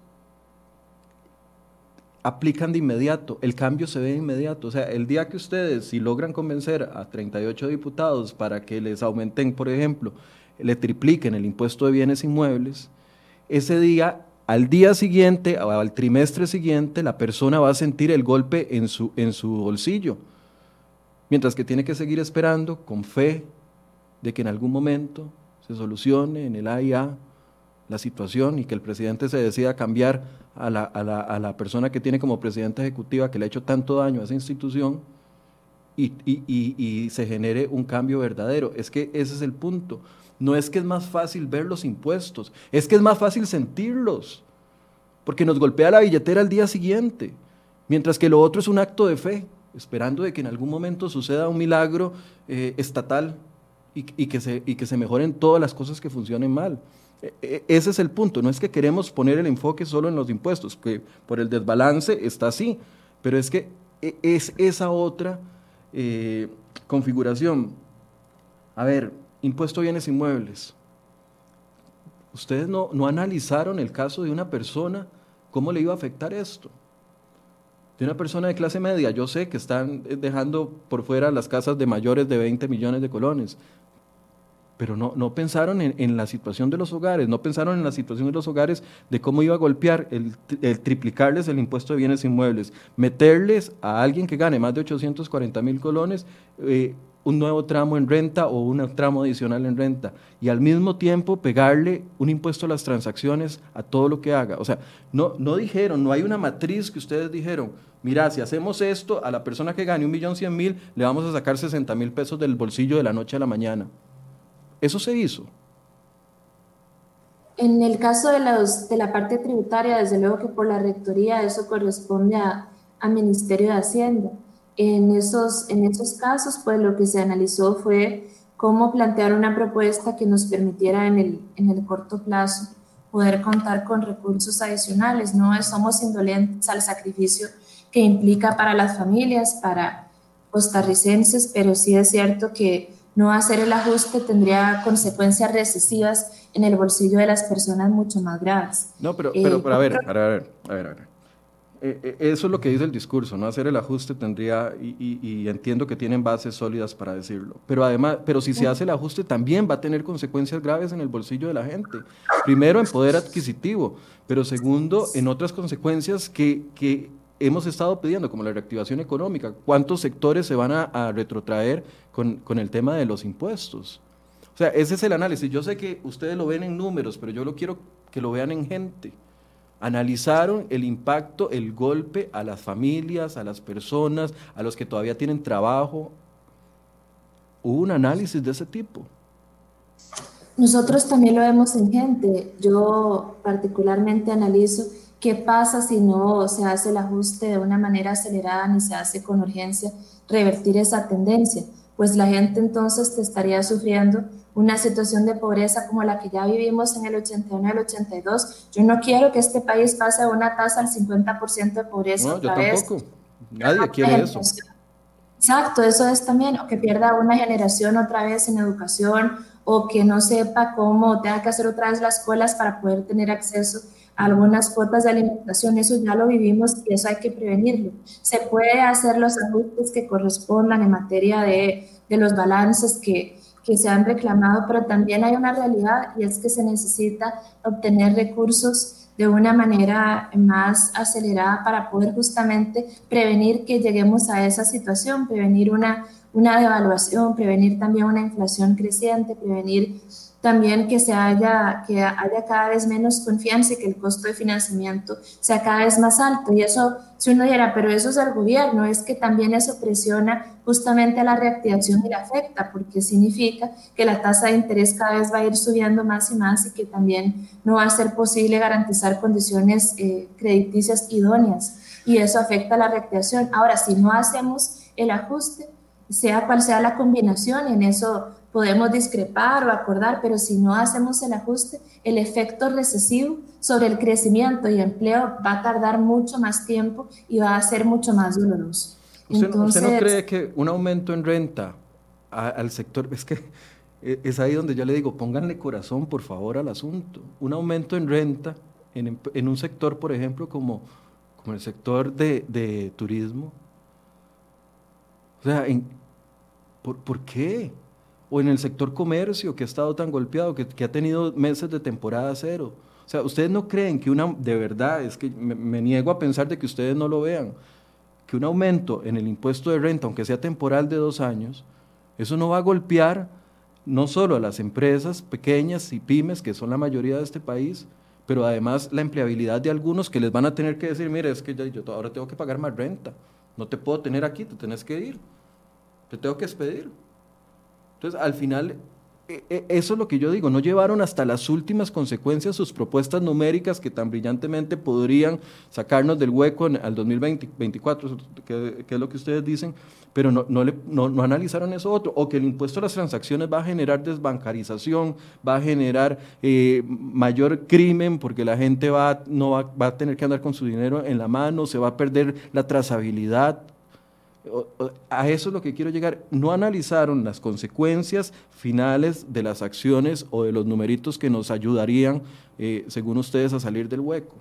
S1: aplican de inmediato, el cambio se ve de inmediato. O sea, el día que ustedes, si logran convencer a treinta y ocho diputados para que les aumenten, por ejemplo, le tripliquen el impuesto de bienes inmuebles, ese día, al día siguiente o al trimestre siguiente, la persona va a sentir el golpe en su, en su bolsillo, mientras que tiene que seguir esperando con fe de que en algún momento se solucione en el A I A la situación y que el presidente se decida cambiar a la, a la, a la persona que tiene como presidenta ejecutiva, que le ha hecho tanto daño a esa institución, y, y, y, y se genere un cambio verdadero. Es que ese es el punto. No es que es más fácil ver los impuestos, es que es más fácil sentirlos, porque nos golpea la billetera al día siguiente, mientras que lo otro es un acto de fe, esperando de que en algún momento suceda un milagro eh, estatal y, y, que se, y que se mejoren todas las cosas que funcionen mal. E, ese es el punto. No es que queremos poner el enfoque solo en los impuestos, que por el desbalance está así, pero es que es esa otra eh, configuración. A ver, impuesto a bienes inmuebles. Ustedes no, no analizaron el caso de una persona, cómo le iba a afectar esto. De una persona de clase media, yo sé que están dejando por fuera las casas de mayores de veinte millones de colones, pero no, no pensaron en, en la situación de los hogares, no pensaron en la situación de los hogares, de cómo iba a golpear el, el triplicarles el impuesto de bienes inmuebles, meterles a alguien que gane más de ochocientos cuarenta mil colones, eh, un nuevo tramo en renta o un tramo adicional en renta, y al mismo tiempo pegarle un impuesto a las transacciones a todo lo que haga. O sea, no, no dijeron, no hay una matriz que ustedes dijeron, mira, si hacemos esto, a la persona que gane un millón cien mil, le vamos a sacar sesenta mil pesos del bolsillo de la noche a la mañana. ¿Eso se hizo?
S2: En el caso de, los, de la parte tributaria, desde luego que por la rectoría eso corresponde a, a Ministerio de Hacienda. En esos, en esos casos, pues lo que se analizó fue cómo plantear una propuesta que nos permitiera en el, en el corto plazo poder contar con recursos adicionales. No somos indolentes al sacrificio que implica para las familias, para costarricenses, pero sí es cierto que no hacer el ajuste tendría consecuencias recesivas en el bolsillo de las personas mucho más graves.
S1: No, pero, pero, pero a ver, a ver, a ver, a ver, a ver. Eh, eso es lo que dice el discurso, no hacer el ajuste tendría, y, y, y entiendo que tienen bases sólidas para decirlo, pero además, pero si se hace el ajuste también va a tener consecuencias graves en el bolsillo de la gente. Primero, en poder adquisitivo, pero segundo, en otras consecuencias que, que hemos estado pidiendo, como la reactivación económica. ¿Cuántos sectores se van a, a retrotraer con, con el tema de los impuestos? O sea, ese es el análisis. Yo sé que ustedes lo ven en números, pero yo lo quiero que lo vean en gente. Analizaron el impacto, el golpe a las familias, a las personas, a los que todavía tienen trabajo. ¿Hubo un análisis de ese tipo?
S2: Nosotros también lo vemos en gente. Yo particularmente analizo qué pasa si no se hace el ajuste de una manera acelerada ni se hace con urgencia, revertir esa tendencia. Pues la gente entonces te estaría sufriendo una situación de pobreza como la que ya vivimos en el ochenta y uno y el ochenta y dos. Yo no quiero que este país pase a una tasa del cincuenta por ciento de pobreza.
S1: No, yo tampoco. Nadie quiere eso.
S2: Exacto, eso es también, o que pierda una generación otra vez en educación, o que no sepa cómo tenga que hacer otra vez las escuelas para poder tener acceso a algunas cuotas de alimentación. Eso ya lo vivimos y eso hay que prevenirlo. Se puede hacer los ajustes que correspondan en materia de, de los balances que, que se han reclamado, pero también hay una realidad, y es que se necesita obtener recursos de una manera más acelerada para poder justamente prevenir que lleguemos a esa situación, prevenir una, una devaluación, prevenir también una inflación creciente, prevenir también que, se haya, que haya cada vez menos confianza y que el costo de financiamiento sea cada vez más alto. Y eso, si uno dijera, pero eso es el gobierno, es que también eso presiona justamente a la reactivación y la afecta, porque significa que la tasa de interés cada vez va a ir subiendo más y más y que también no va a ser posible garantizar condiciones eh, crediticias idóneas. Y eso afecta a la reactivación. Ahora, si no hacemos el ajuste, sea cual sea la combinación, y en eso podemos discrepar o acordar, pero si no hacemos el ajuste, el efecto recesivo sobre el crecimiento y empleo va a tardar mucho más tiempo y va a ser mucho más doloroso.
S1: ¿Usted, Entonces, ¿usted no cree que un aumento en renta a, al sector, es que es ahí donde yo le digo, pónganle corazón por favor al asunto, un aumento en renta en, en un sector, por ejemplo, como, como el sector de, de turismo, o sea, en, ¿por, ¿por qué? O en el sector comercio, que ha estado tan golpeado, que, que ha tenido meses de temporada cero. O sea, ¿ustedes no creen que una, de verdad, es que me, me niego a pensar de que ustedes no lo vean, que un aumento en el impuesto de renta, aunque sea temporal de dos años, eso no va a golpear no solo a las empresas pequeñas y pymes, que son la mayoría de este país, pero además la empleabilidad de algunos que les van a tener que decir, mire, es que yo, yo ahora tengo que pagar más renta, no te puedo tener aquí, te tenés que ir, te tengo que despedir. Entonces, al final, eso es lo que yo digo, no llevaron hasta las últimas consecuencias sus propuestas numéricas que tan brillantemente podrían sacarnos del hueco en, al dos mil veinticuatro, que, que es lo que ustedes dicen, pero no, no, le, no, no analizaron eso otro, o que el impuesto a las transacciones va a generar desbancarización, va a generar eh, mayor crimen, porque la gente va, no va, va a tener que andar con su dinero en la mano, se va a perder la trazabilidad. A eso es lo que quiero llegar. No analizaron las consecuencias finales de las acciones o de los numeritos que nos ayudarían, eh, según ustedes, a salir del hueco.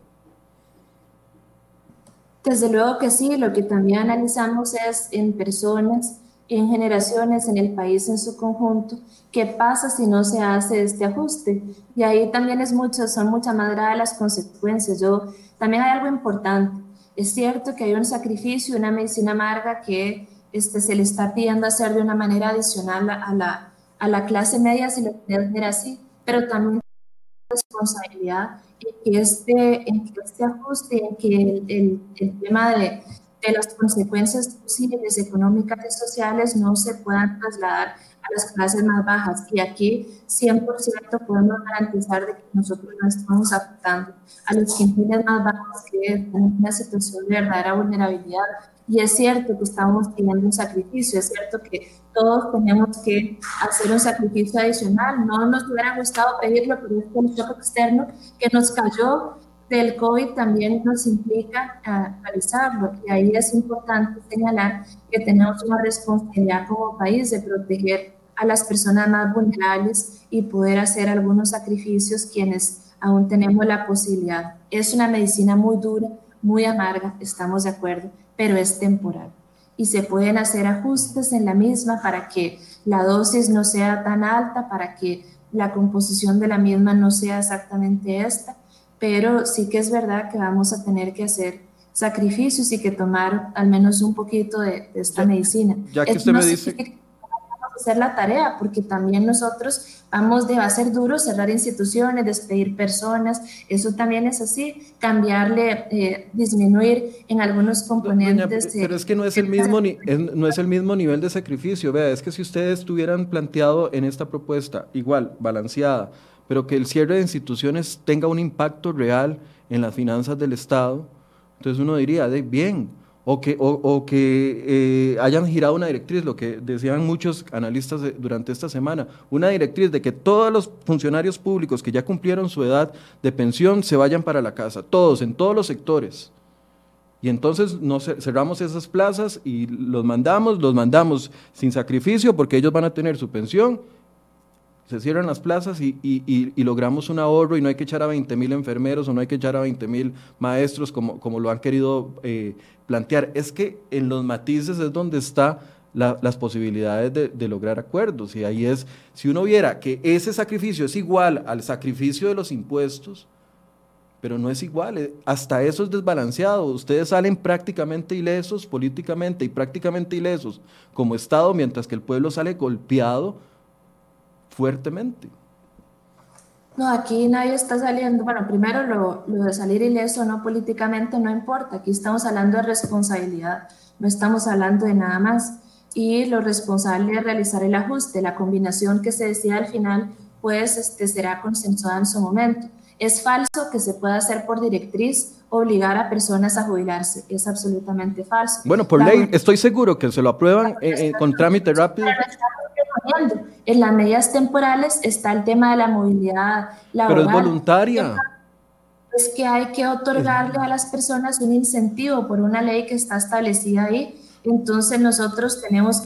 S2: Desde luego que sí, lo que también analizamos es en personas, en generaciones, en el país en su conjunto, qué pasa si no se hace este ajuste. Y ahí también es mucho, son muchas más graves las consecuencias. Yo, también hay algo importante. Es cierto que hay un sacrificio, una medicina amarga que este, se le está pidiendo hacer de una manera adicional a la, a la clase media, si lo quieres ver así, pero también hay responsabilidad en que este, en que este ajuste, en que el, el, el tema de, de las consecuencias posibles económicas y sociales no se puedan trasladar a las clases más bajas. Y aquí cien por ciento podemos garantizar de que nosotros no estamos afectando a los quintiles más bajos que están en una situación de verdadera vulnerabilidad. Y es cierto que estamos pidiendo un sacrificio, es cierto que todos tenemos que hacer un sacrificio adicional. No nos hubiera gustado pedirlo, pero es que el shock externo que nos cayó del COVID también nos implica uh, realizarlo, y ahí es importante señalar que tenemos una responsabilidad como país de proteger a las personas más vulnerables y poder hacer algunos sacrificios quienes aún tenemos la posibilidad. Es una medicina muy dura, muy amarga, estamos de acuerdo, pero es temporal y se pueden hacer ajustes en la misma para que la dosis no sea tan alta, para que la composición de la misma no sea exactamente esta, pero sí que es verdad que vamos a tener que hacer sacrificios y que tomar al menos un poquito de, de esta
S1: ya,
S2: medicina.
S1: Ya que usted
S2: no
S1: me dice...
S2: que vamos a hacer la tarea, porque también nosotros vamos de, va a ser duro cerrar instituciones, despedir personas, eso también es así, cambiarle, eh, disminuir en algunos componentes.
S1: Doña, de, pero es que no es, el mismo ni, es, no es el mismo nivel de sacrificio, vea, es que si ustedes tuvieran planteado en esta propuesta, igual, balanceada, pero que el cierre de instituciones tenga un impacto real en las finanzas del Estado, entonces uno diría, de, bien, o que, o, o que eh, hayan girado una directriz, lo que decían muchos analistas de, durante esta semana, una directriz de que todos los funcionarios públicos que ya cumplieron su edad de pensión se vayan para la casa, todos, en todos los sectores. Y entonces nos cerramos esas plazas y los mandamos, los mandamos sin sacrificio porque ellos van a tener su pensión. Se cierran las plazas y, y, y, y logramos un ahorro y no hay que echar a veinte mil enfermeros o no hay que echar a veinte mil maestros como, como lo han querido eh, plantear. Es que en los matices es donde están la, las posibilidades de, de lograr acuerdos, y ahí es, si uno viera que ese sacrificio es igual al sacrificio de los impuestos, pero no es igual, eh, hasta eso es desbalanceado. Ustedes salen prácticamente ilesos políticamente y prácticamente ilesos como Estado, mientras que el pueblo sale golpeado fuertemente.
S2: No, aquí nadie está saliendo. Bueno, primero lo, lo de salir ileso no políticamente no importa. Aquí estamos hablando de responsabilidad, no estamos hablando de nada más. Y lo responsable es realizar el ajuste, la combinación que se decida al final, pues este, será consensuada en su momento. Es falso que se pueda hacer por directriz obligar a personas a jubilarse. Es absolutamente falso.
S1: Bueno, por
S2: La
S1: ley,
S2: jubilación
S1: estoy seguro que se lo aprueban eh, eh, con trámite rápido,
S2: en las medidas temporales está el tema de la movilidad
S1: pero es
S2: laboral.
S1: voluntaria.
S2: Es que hay que
S1: Es-
S2: otorgarle a las personas un incentivo por una ley que está establecida ahí. Entonces nosotros tenemos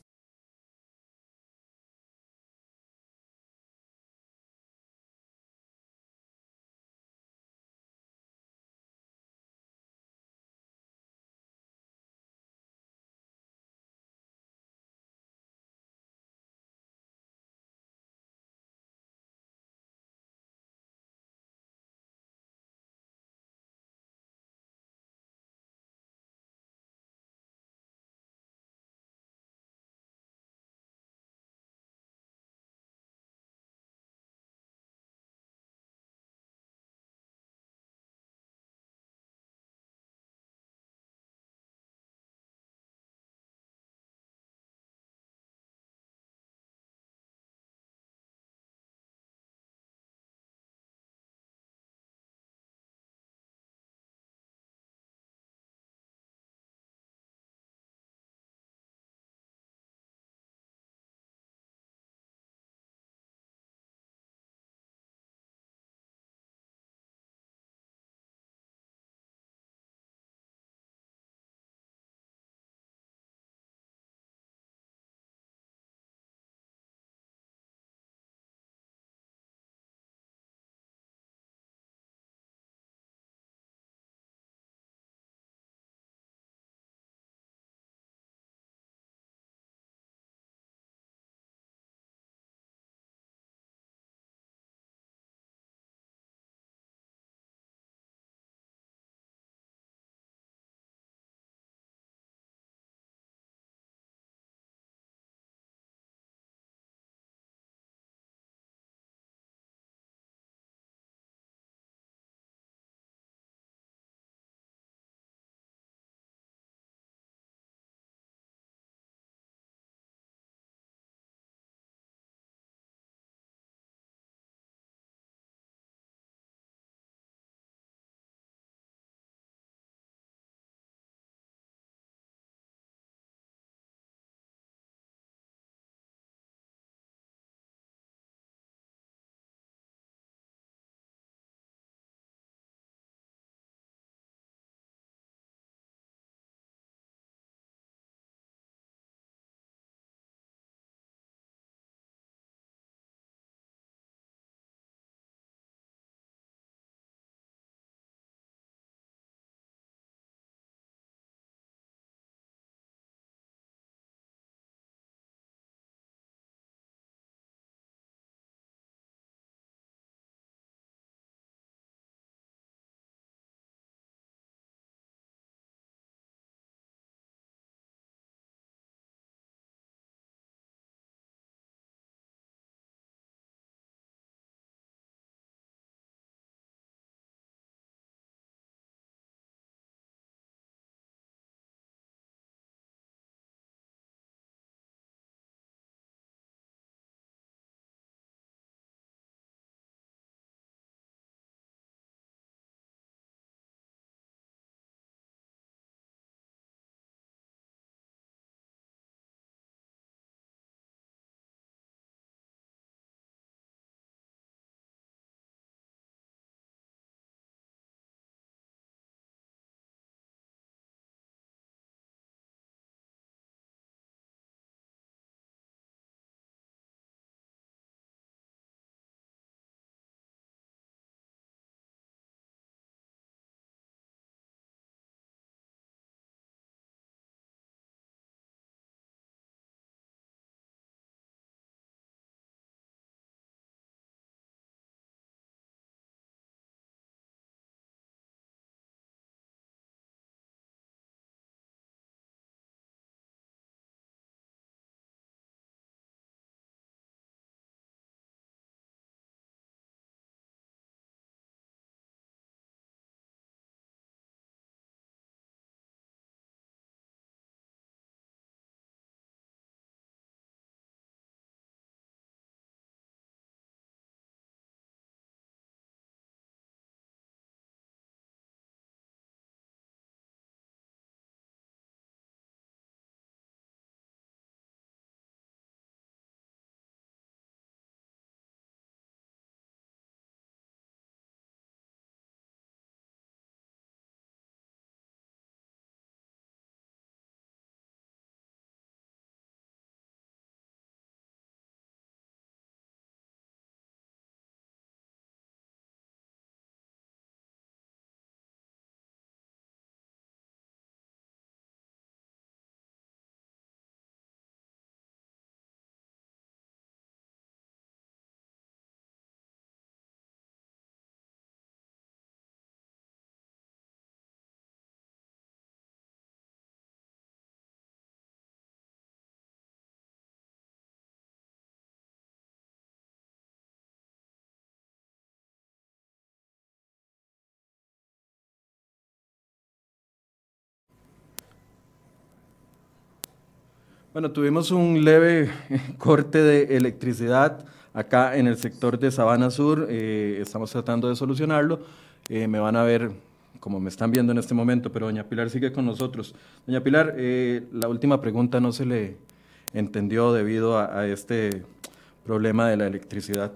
S1: Bueno, tuvimos un leve corte de electricidad acá en el sector de Sabana Sur, eh, estamos tratando de solucionarlo, eh, me van a ver como me están viendo en este momento, pero doña Pilar sigue con nosotros. Doña Pilar, eh, la última pregunta no se le entendió debido a, a este problema de la electricidad.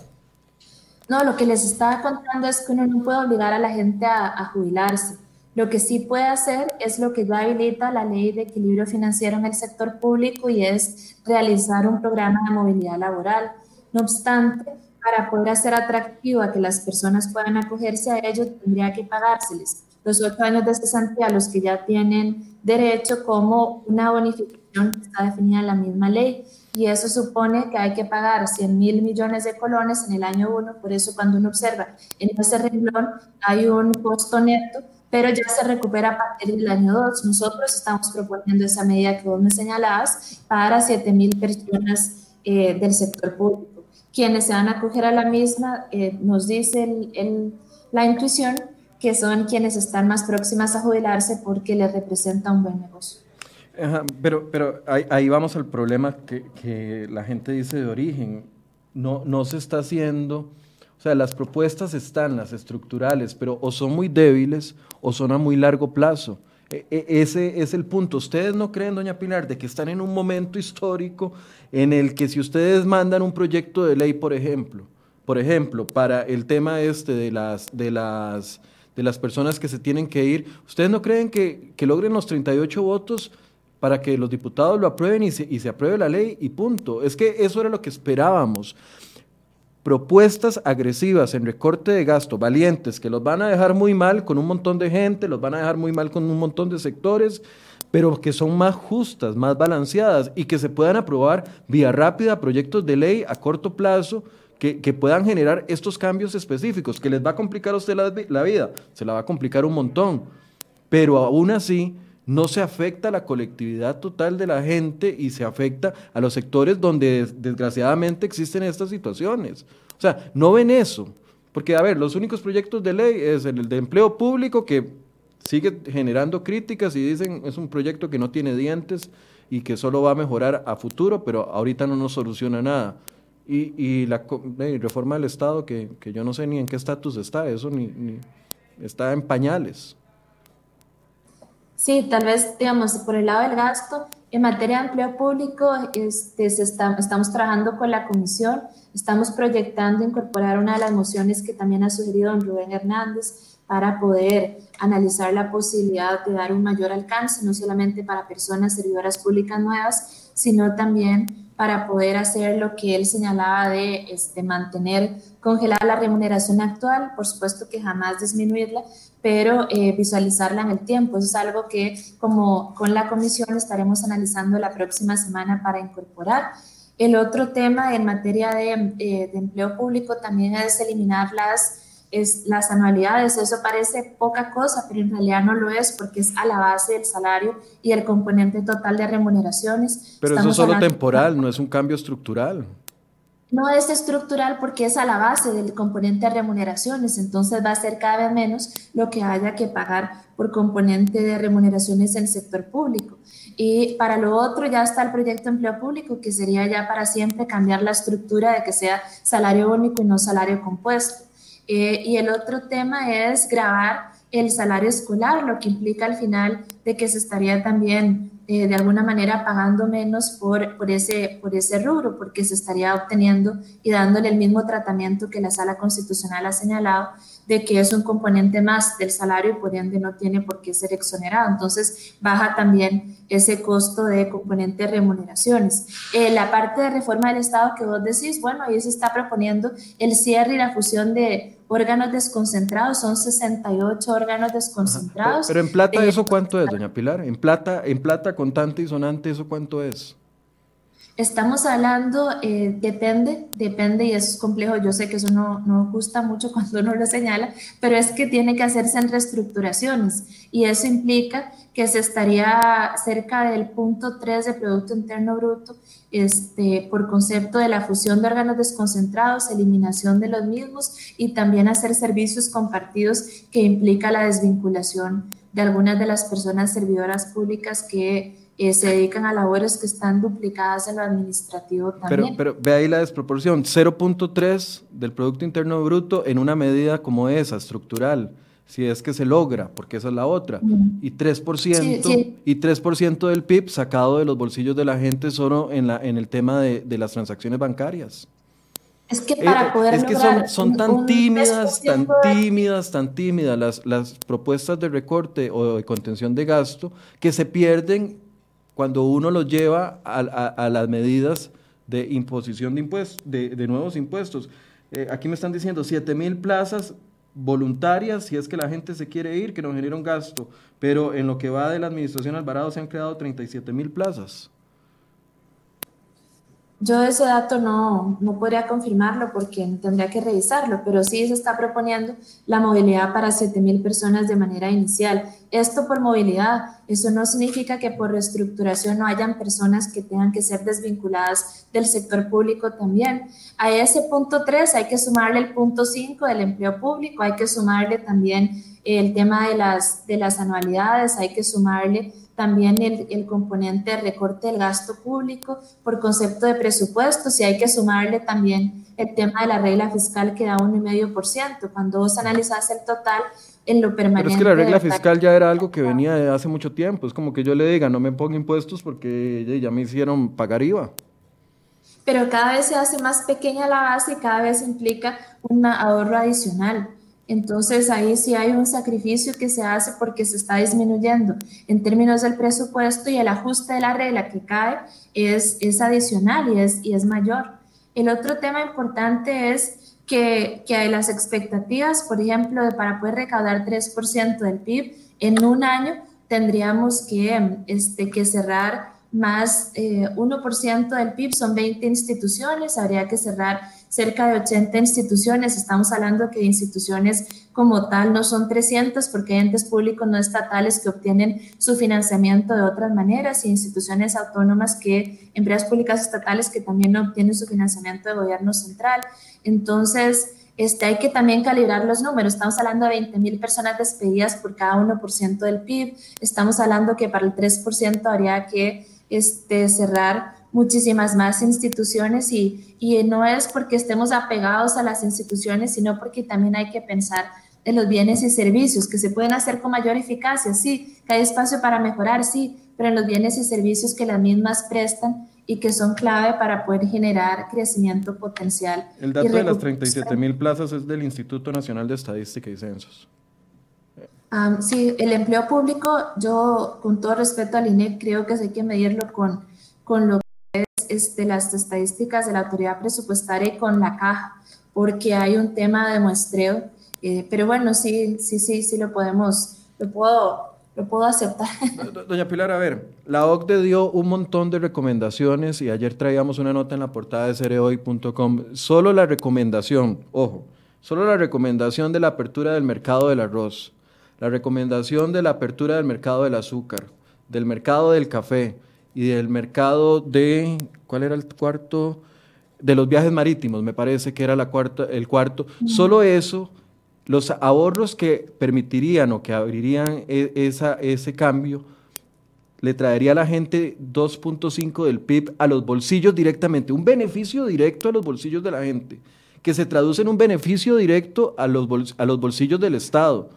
S2: No, lo que les estaba contando es que uno no puede obligar a la gente a, a jubilarse. Lo que sí puede hacer es lo que ya habilita la Ley de Equilibrio Financiero en el sector público y es realizar un programa de movilidad laboral. No obstante, para poder hacer atractivo a que las personas puedan acogerse a ello, tendría que pagárseles los ocho años de cesantía a los que ya tienen derecho como una bonificación que está definida en la misma ley. Y eso supone que hay que pagar cien mil millones de colones en el año uno, por eso cuando uno observa en ese renglón hay un costo neto, pero ya se recupera a partir del año dos. Nosotros estamos proponiendo esa medida que vos me señalabas para siete mil personas eh, del sector público. Quienes se van a acoger a la misma, eh, nos dice el, el, la intuición, que son quienes están más próximas a jubilarse porque les representa un buen negocio.
S1: Ajá, pero pero ahí, ahí vamos al problema que, que la gente dice de origen. No, no se está haciendo, o sea, las propuestas están, las estructurales, pero o son muy débiles o son a muy largo plazo. E, e, ese es el punto. ¿Ustedes no creen, doña Pilar, de que están en un momento histórico en el que si ustedes mandan un proyecto de ley, por ejemplo, por ejemplo, para el tema este de las, de las, de las personas que se tienen que ir, ¿ustedes no creen que, que logren los treinta y ocho votos para que los diputados lo aprueben y se, y se apruebe la ley y punto? Es que eso era lo que esperábamos. Propuestas agresivas en recorte de gasto, valientes, que los van a dejar muy mal con un montón de gente, los van a dejar muy mal con un montón de sectores, pero que son más justas, más balanceadas y que se puedan aprobar vía rápida proyectos de ley a corto plazo que, que puedan generar estos cambios específicos, que les va a complicar a usted la, la vida, se la va a complicar un montón, pero aún así no se afecta a la colectividad total de la gente y se afecta a los sectores donde desgraciadamente existen estas situaciones. O sea, no ven eso, porque a ver, los únicos proyectos de ley es el de empleo público que sigue generando críticas y dicen es un proyecto que no tiene dientes y que solo va a mejorar a futuro, pero ahorita no nos soluciona nada. Y, y la eh, reforma del Estado, que, que yo no sé ni en qué estatus está, eso ni, ni está en pañales.
S2: Sí, tal vez, digamos, por el lado del gasto, en materia de empleo público, este, se está, estamos trabajando con la comisión, estamos proyectando incorporar una de las mociones que también ha sugerido don Rubén Hernández para poder analizar la posibilidad de dar un mayor alcance, no solamente para personas servidoras públicas nuevas, sino también para poder hacer lo que él señalaba de este, mantener congelada la remuneración actual, por supuesto que jamás disminuirla, pero eh, visualizarla en el tiempo. Eso es algo que como con la comisión estaremos analizando la próxima semana para incorporar. El otro tema en materia de, eh, de empleo público también es eliminar las es las anualidades. Eso parece poca cosa, pero en realidad no lo es porque es a la base del salario y el componente total de remuneraciones.
S1: Pero eso es solo temporal, no es un cambio estructural.
S2: No es estructural porque es a la base del componente de remuneraciones, entonces va a ser cada vez menos lo que haya que pagar por componente de remuneraciones en el sector público. Y para lo otro ya está el proyecto de empleo público, que sería ya para siempre cambiar la estructura de que sea salario único y no salario compuesto. Eh, y el otro tema es gravar el salario escolar, lo que implica al final de que se estaría también eh, de alguna manera pagando menos por, por, ese, por ese rubro, porque se estaría obteniendo y dándole el mismo tratamiento que la Sala Constitucional ha señalado, de que es un componente más del salario y por ende no tiene por qué ser exonerado. Entonces baja también ese costo de componente de remuneraciones. Eh, la parte de reforma del Estado que vos decís, bueno, ahí se está proponiendo el cierre y la fusión de órganos desconcentrados, son sesenta y ocho órganos desconcentrados.
S1: Pero, pero en plata, ¿eso cuánto es, doña Pilar? En plata, en plata contante y sonante, ¿eso cuánto es?
S2: Estamos hablando, eh, depende, depende y es complejo, yo sé que eso no, no gusta mucho cuando uno lo señala, pero es que tiene que hacerse en reestructuraciones y eso implica que se estaría cerca del punto tres de Producto Interno Bruto este, por concepto de la fusión de órganos desconcentrados, eliminación de los mismos y también hacer servicios compartidos que implica la desvinculación de algunas de las personas servidoras públicas que eh, se dedican a labores que están duplicadas en lo administrativo también.
S1: Pero, pero ve ahí la desproporción, cero punto tres del Producto Interno Bruto en una medida como esa, estructural, si es que se logra, porque esa es la otra, y tres por ciento, sí, sí. y tres por ciento del P I B sacado de los bolsillos de la gente solo en, la, en el tema de, de las transacciones bancarias.
S2: Es que para poder
S1: eh, es que
S2: lograr
S1: son, son tan
S2: un, un
S1: tímidas, tan
S2: de...
S1: tímidas, tan tímidas las, las propuestas de recorte o de contención de gasto que se pierden cuando uno los lleva a, a, a las medidas de imposición de, impuestos, de, de nuevos impuestos. Eh, aquí me están diciendo siete mil plazas voluntarias, si es que la gente se quiere ir, que no genera un gasto, pero en lo que va de la administración Alvarado se han creado treinta y siete mil plazas.
S2: Yo ese dato no, no podría confirmarlo porque tendría que revisarlo, pero sí se está proponiendo la movilidad para siete mil personas de manera inicial. Esto por movilidad, eso no significa que por reestructuración no hayan personas que tengan que ser desvinculadas del sector público también. A ese punto tres hay que sumarle el punto cinco del empleo público, hay que sumarle también el tema de las, de las anualidades, hay que sumarle también el, el componente de recorte del gasto público por concepto de presupuestos y hay que sumarle también el tema de la regla fiscal que da uno coma cinco por ciento. Cuando vos analizás el total en lo permanente...
S1: Pero es que la regla fiscal ya era algo que venía de hace mucho tiempo, es como que yo le diga no me ponga impuestos porque ya me hicieron pagar I V A.
S2: Pero cada vez se hace más pequeña la base y cada vez implica un ahorro adicional. Entonces ahí sí hay un sacrificio que se hace porque se está disminuyendo en términos del presupuesto y el ajuste de la regla que cae es, es adicional y es, y es mayor. El otro tema importante es que, que las expectativas, por ejemplo, de para poder recaudar tres por ciento del P I B en un año tendríamos que, este, que cerrar más eh, uno por ciento del P I B, son veinte instituciones, habría que cerrar cerca de ochenta instituciones, estamos hablando que de instituciones como tal no son trescientas porque hay entes públicos no estatales que obtienen su financiamiento de otras maneras y instituciones autónomas que, empresas públicas estatales que también no obtienen su financiamiento de gobierno central. Entonces, este, hay que también calibrar los números, estamos hablando de veinte mil personas despedidas por cada uno por ciento del P I B, estamos hablando que para el tres por ciento habría que este, cerrar muchísimas más instituciones y, y no es porque estemos apegados a las instituciones, sino porque también hay que pensar en los bienes y servicios que se pueden hacer con mayor eficacia, sí, que hay espacio para mejorar, sí, pero en los bienes y servicios que las mismas prestan y que son clave para poder generar crecimiento potencial.
S1: El dato de las treinta y siete mil plazas es del Instituto Nacional de Estadística y Censos.
S2: Um, sí, el empleo público, yo con todo respeto al I N E creo que hay que medirlo con, con lo que es de las estadísticas de la autoridad presupuestaria y con la caja, porque hay un tema de muestreo, eh, pero bueno, sí, sí, sí, sí lo podemos, lo puedo, lo puedo aceptar.
S1: Doña Pilar, a ver, la O C D E dio un montón de recomendaciones y ayer traíamos una nota en la portada de cereoy punto com, solo la recomendación, ojo, solo la recomendación de la apertura del mercado del arroz, la recomendación de la apertura del mercado del azúcar, del mercado del café y del mercado de, ¿cuál era el cuarto? De los viajes marítimos, me parece que era la cuarta, el cuarto. Mm. Solo eso, los ahorros que permitirían o que abrirían esa, ese cambio, le traería a la gente dos punto cinco del P I B a los bolsillos directamente, un beneficio directo a los bolsillos de la gente, que se traduce en un beneficio directo a los, bols, a los bolsillos del Estado.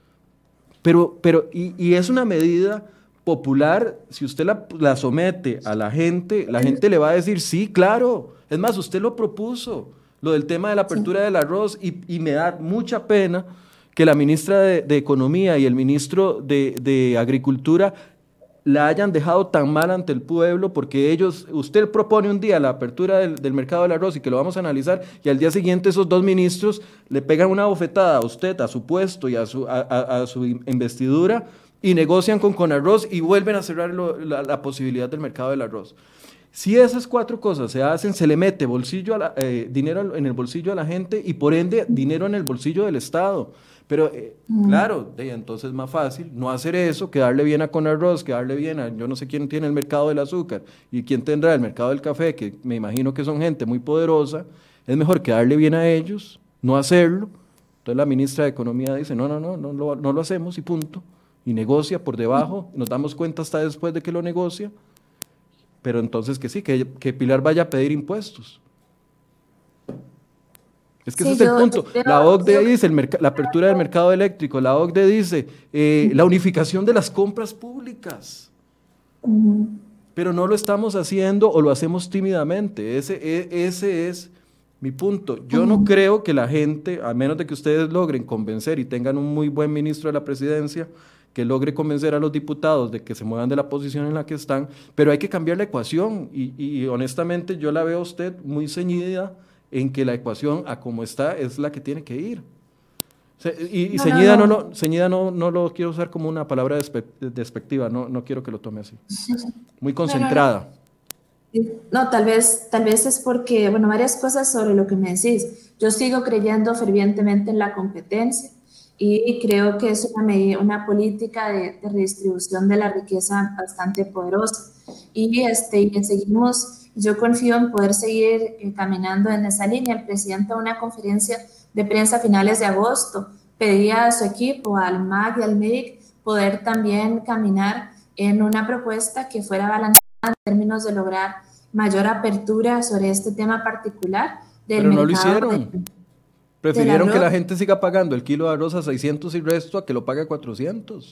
S1: Pero, pero y, y es una medida popular, si usted la, la somete a la gente, la gente le va a decir, sí, claro, es más, usted lo propuso, lo del tema de la apertura sí. del arroz, y, y me da mucha pena que la ministra de, de Economía y el ministro de, de Agricultura la hayan dejado tan mal ante el pueblo, porque ellos, usted propone un día la apertura del, del mercado del arroz y que lo vamos a analizar, y al día siguiente esos dos ministros le pegan una bofetada a usted, a su puesto y a su, a, a, a su investidura, y negocian con Conarroz y vuelven a cerrar lo, la, la posibilidad del mercado del arroz. Si esas cuatro cosas se hacen, se le mete bolsillo a la, eh, dinero en el bolsillo a la gente y por ende dinero en el bolsillo del Estado. Pero eh, mm. claro, de, entonces es más fácil no hacer eso, quedarle bien a Conarroz, quedarle bien a, yo no sé quién tiene el mercado del azúcar y quién tendrá el mercado del café, que me imagino que son gente muy poderosa, es mejor quedarle bien a ellos, no hacerlo. Entonces la ministra de Economía dice, no, no, no, no, no, no lo hacemos y punto. y negocia por debajo, nos damos cuenta hasta después de que lo negocia, pero entonces que sí, que, que Pilar vaya a pedir impuestos. Es que
S2: Sí,
S1: ese es el
S2: yo,
S1: punto.
S2: yo creo,
S1: La O C D E
S2: yo
S1: dice el la apertura del mercado eléctrico, la O C D E dice eh, la unificación de las compras públicas,
S2: creo,
S1: pero no lo estamos haciendo o lo hacemos tímidamente. Ese, e, ese es mi punto. Yo no creo que la gente, a menos de que ustedes logren convencer y tengan un muy buen ministro de la presidencia, que logre convencer a los diputados de que se muevan de la posición en la que están, pero hay que cambiar la ecuación y, y honestamente yo la veo a usted muy ceñida en que la ecuación a como está es la que tiene que ir. O sea, y, y
S2: no, no,
S1: ceñida, no,
S2: no.
S1: lo, ceñida no, no lo quiero usar como una palabra despe, despectiva, no, no quiero que lo tome así. Muy
S2: No, no, no.
S1: concentrada.
S2: No, tal vez, tal vez es porque, bueno, varias cosas sobre lo que me decís. Yo sigo creyendo fervientemente en la competencia y creo que es una, medida, una política de, de redistribución de la riqueza bastante poderosa. Y, este, y seguimos, yo confío en poder seguir eh, caminando en esa línea. El presidente en una conferencia de prensa a finales de agosto pedía a su equipo, al M A C y al M E D I C, poder también caminar en una propuesta que fuera balanceada en términos de lograr mayor apertura sobre este tema particular del
S1: Pero no lo
S2: mercado de,
S1: hicieron.
S2: del
S1: Prefirieron que
S2: arroz.
S1: la gente siga pagando el kilo de arroz a seiscientos y resto a que lo pague a cuatrocientos.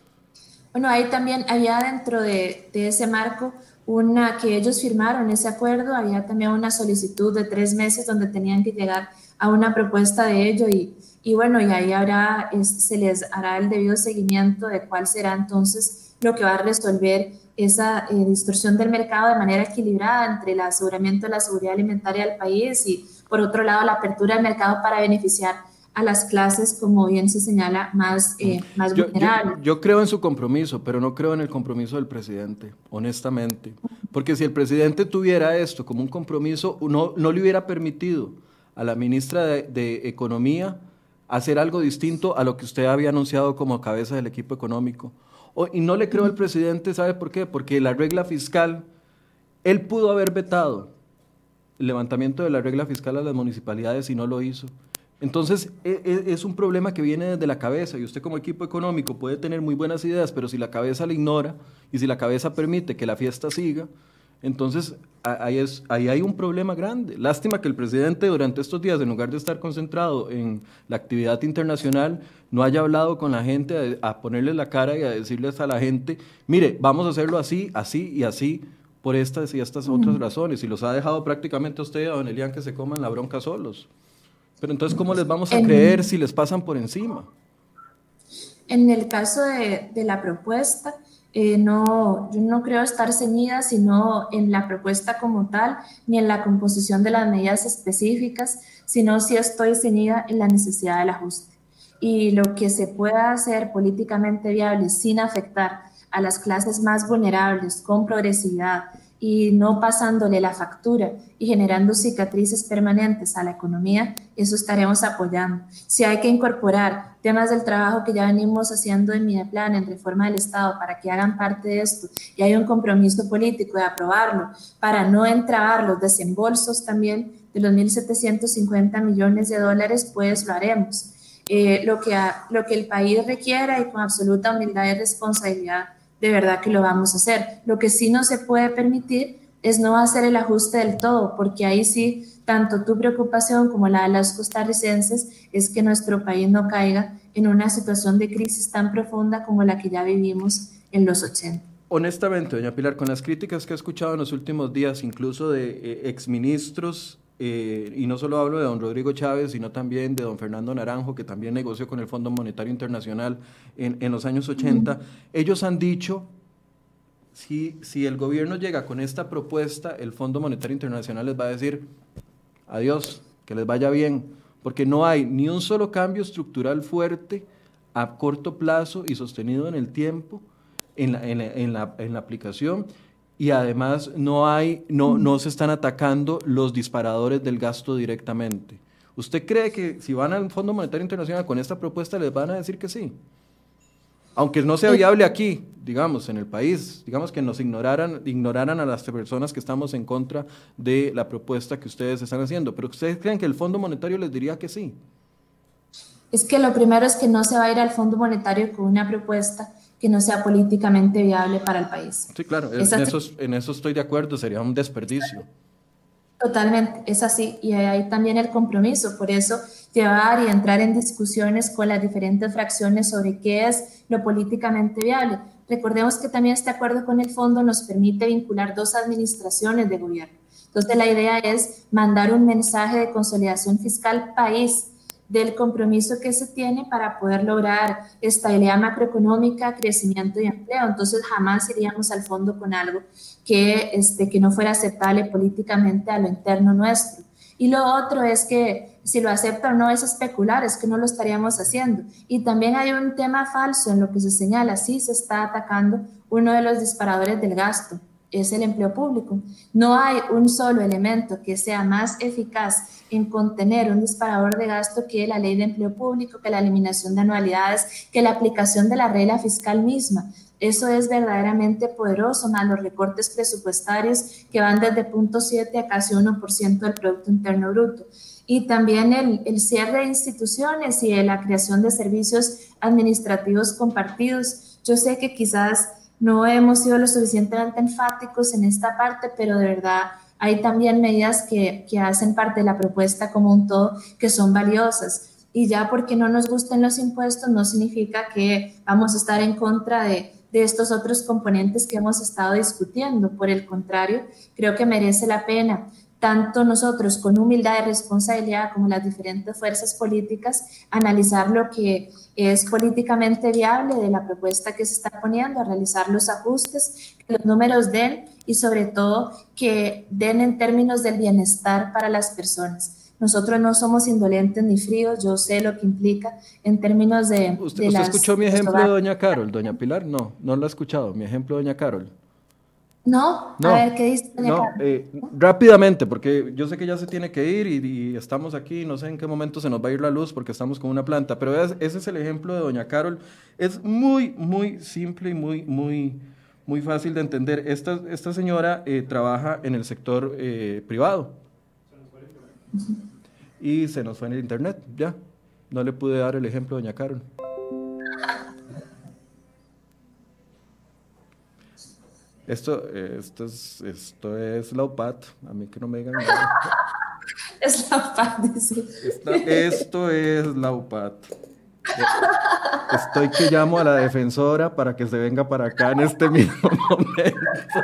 S2: Bueno, ahí también había dentro de, de ese marco una que ellos firmaron ese acuerdo, había también una solicitud de tres meses donde tenían que llegar a una propuesta de ello y, y bueno, y ahí habrá, es, se les hará el debido seguimiento de cuál será entonces lo que va a resolver esa eh, distorsión del mercado de manera equilibrada entre el aseguramiento de la seguridad alimentaria del país y por otro lado la apertura del mercado para beneficiar a las clases, como bien se señala, más, eh, más
S1: Yo, yo,
S2: vulnerables.
S1: yo creo en su compromiso, pero no creo en el compromiso del presidente, honestamente. Porque si el presidente tuviera esto como un compromiso, no, no le hubiera permitido a la ministra de, de Economía hacer algo distinto a lo que usted había anunciado como cabeza del equipo económico. O, y no le creo al presidente, ¿sabe por qué? Porque la regla fiscal, él pudo haber vetado el levantamiento de la regla fiscal a las municipalidades y no lo hizo. Entonces, es un problema que viene desde la cabeza y usted como equipo económico puede tener muy buenas ideas, pero si la cabeza la ignora y si la cabeza permite que la fiesta siga, entonces ahí, es, ahí hay un problema grande. Lástima que el presidente durante estos días, en lugar de estar concentrado en la actividad internacional, no haya hablado con la gente a, a ponerle la cara y a decirles a la gente, mire, vamos a hacerlo así, así y así, por estas y estas otras razones. Y los ha dejado prácticamente a usted y a don Elian que se coman la bronca solos. Pero entonces, ¿cómo les vamos a creer si les pasan por encima?
S2: En el caso de, de la propuesta, eh, no, yo no creo estar ceñida, sino en la propuesta como tal, ni en la composición de las medidas específicas, sino si estoy ceñida en la necesidad del ajuste. Y lo que se pueda hacer políticamente viable sin afectar a las clases más vulnerables con progresividad y no pasándole la factura y generando cicatrices permanentes a la economía, eso estaremos apoyando. Si hay que incorporar temas del trabajo que ya venimos haciendo en Mideplan, en reforma del Estado, para que hagan parte de esto, y hay un compromiso político de aprobarlo, para no entrabar los desembolsos también de los mil setecientos cincuenta millones de dólares, pues lo haremos. Eh, lo, que a, lo que el país requiera y con absoluta humildad y responsabilidad, de verdad que lo vamos a hacer. Lo que sí no se puede permitir es no hacer el ajuste del todo, porque ahí sí, tanto tu preocupación como la de los costarricenses es que nuestro país no caiga en una situación de crisis tan profunda como la que ya vivimos en los ochenta.
S1: Honestamente, doña Pilar, con las críticas que he escuchado en los últimos días, incluso de eh, exministros, eh, y no solo hablo de don Rodrigo Chávez, sino también de don Fernando Naranjo, que también negoció con el Fondo Monetario Internacional en, en los años ochenta, uh-huh. Ellos han dicho, si, si el gobierno llega con esta propuesta, el Fondo Monetario Internacional les va a decir, adiós, que les vaya bien, porque no hay ni un solo cambio estructural fuerte a corto plazo y sostenido en el tiempo en la, en la, en la, en la aplicación, y además no, hay, no, no se están atacando los disparadores del gasto directamente. ¿Usted cree que si van al Fondo Monetario Internacional con esta propuesta les van a decir que sí? Aunque no sea viable aquí, digamos, en el país, digamos que nos ignoraran, ignoraran a las personas que estamos en contra de la propuesta que ustedes están haciendo, pero ¿ustedes creen que el Fondo Monetario les diría que sí?
S2: Es que lo primero es que no se va a ir al Fondo Monetario con una propuesta que no sea políticamente viable para el país.
S1: Sí, claro, en
S2: Esa
S1: eso, en eso estoy de acuerdo, sería un desperdicio.
S2: Totalmente, es así, y hay también el compromiso, por eso llevar y entrar en discusiones con las diferentes fracciones sobre qué es lo políticamente viable. Recordemos que también este acuerdo con el fondo nos permite vincular dos administraciones de gobierno. Entonces la idea es mandar un mensaje de consolidación fiscal país, del compromiso que se tiene para poder lograr estabilidad macroeconómica, crecimiento y empleo. Entonces jamás iríamos al fondo con algo que, este, que no fuera aceptable políticamente a lo interno nuestro. Y lo otro es que si lo acepta o no es especular, es que no lo estaríamos haciendo. Y también hay un tema falso en lo que se señala, sí se está atacando uno de los disparadores del gasto, es el empleo público. No hay un solo elemento que sea más eficaz en contener un disparador de gasto que la ley de empleo público, que la eliminación de anualidades, que la aplicación de la regla fiscal misma. Eso es verdaderamente poderoso, más los recortes presupuestarios que van desde cero punto siete a casi uno por ciento del Producto Interno Bruto. Y también el, el cierre de instituciones y de la creación de servicios administrativos compartidos. Yo sé que quizás no hemos sido lo suficientemente enfáticos en esta parte, pero de verdad hay también medidas que, que hacen parte de la propuesta como un todo que son valiosas. Y ya porque no nos gusten los impuestos no significa que vamos a estar en contra de, de estos otros componentes que hemos estado discutiendo. Por el contrario, creo que merece la pena tanto nosotros con humildad y responsabilidad como las diferentes fuerzas políticas, analizar lo que es políticamente viable de la propuesta que se está poniendo, a realizar los ajustes, que los números den y sobre todo que den en términos del bienestar para las personas. Nosotros no somos indolentes ni fríos, yo sé lo que implica en términos de...
S1: ¿Usted,
S2: de
S1: usted
S2: las,
S1: escuchó mi ejemplo de doña Carol, doña Pilar? No, no lo ha escuchado, mi ejemplo de doña Carol.
S2: No,
S1: No,
S2: a ver, ¿qué dice doña
S1: no,
S2: Carol?
S1: eh, rápidamente, porque yo sé que ya se tiene que ir y, y estamos aquí, no sé en qué momento se nos va a ir la luz porque estamos con una planta, pero es, ese es el ejemplo de doña Carol. Es muy, muy simple y muy, muy, muy fácil de entender. Esta, esta señora eh, trabaja en el sector eh, privado y se nos fue en el internet, ya. No le pude dar el ejemplo de doña Carol. Esto, esto, es, esto es la U P A T, a mí que no me digan nada.
S2: Es la paz, dice.
S1: Esta, esto es la U P A T. Estoy que llamo a la defensora para que se venga para acá en este mismo momento.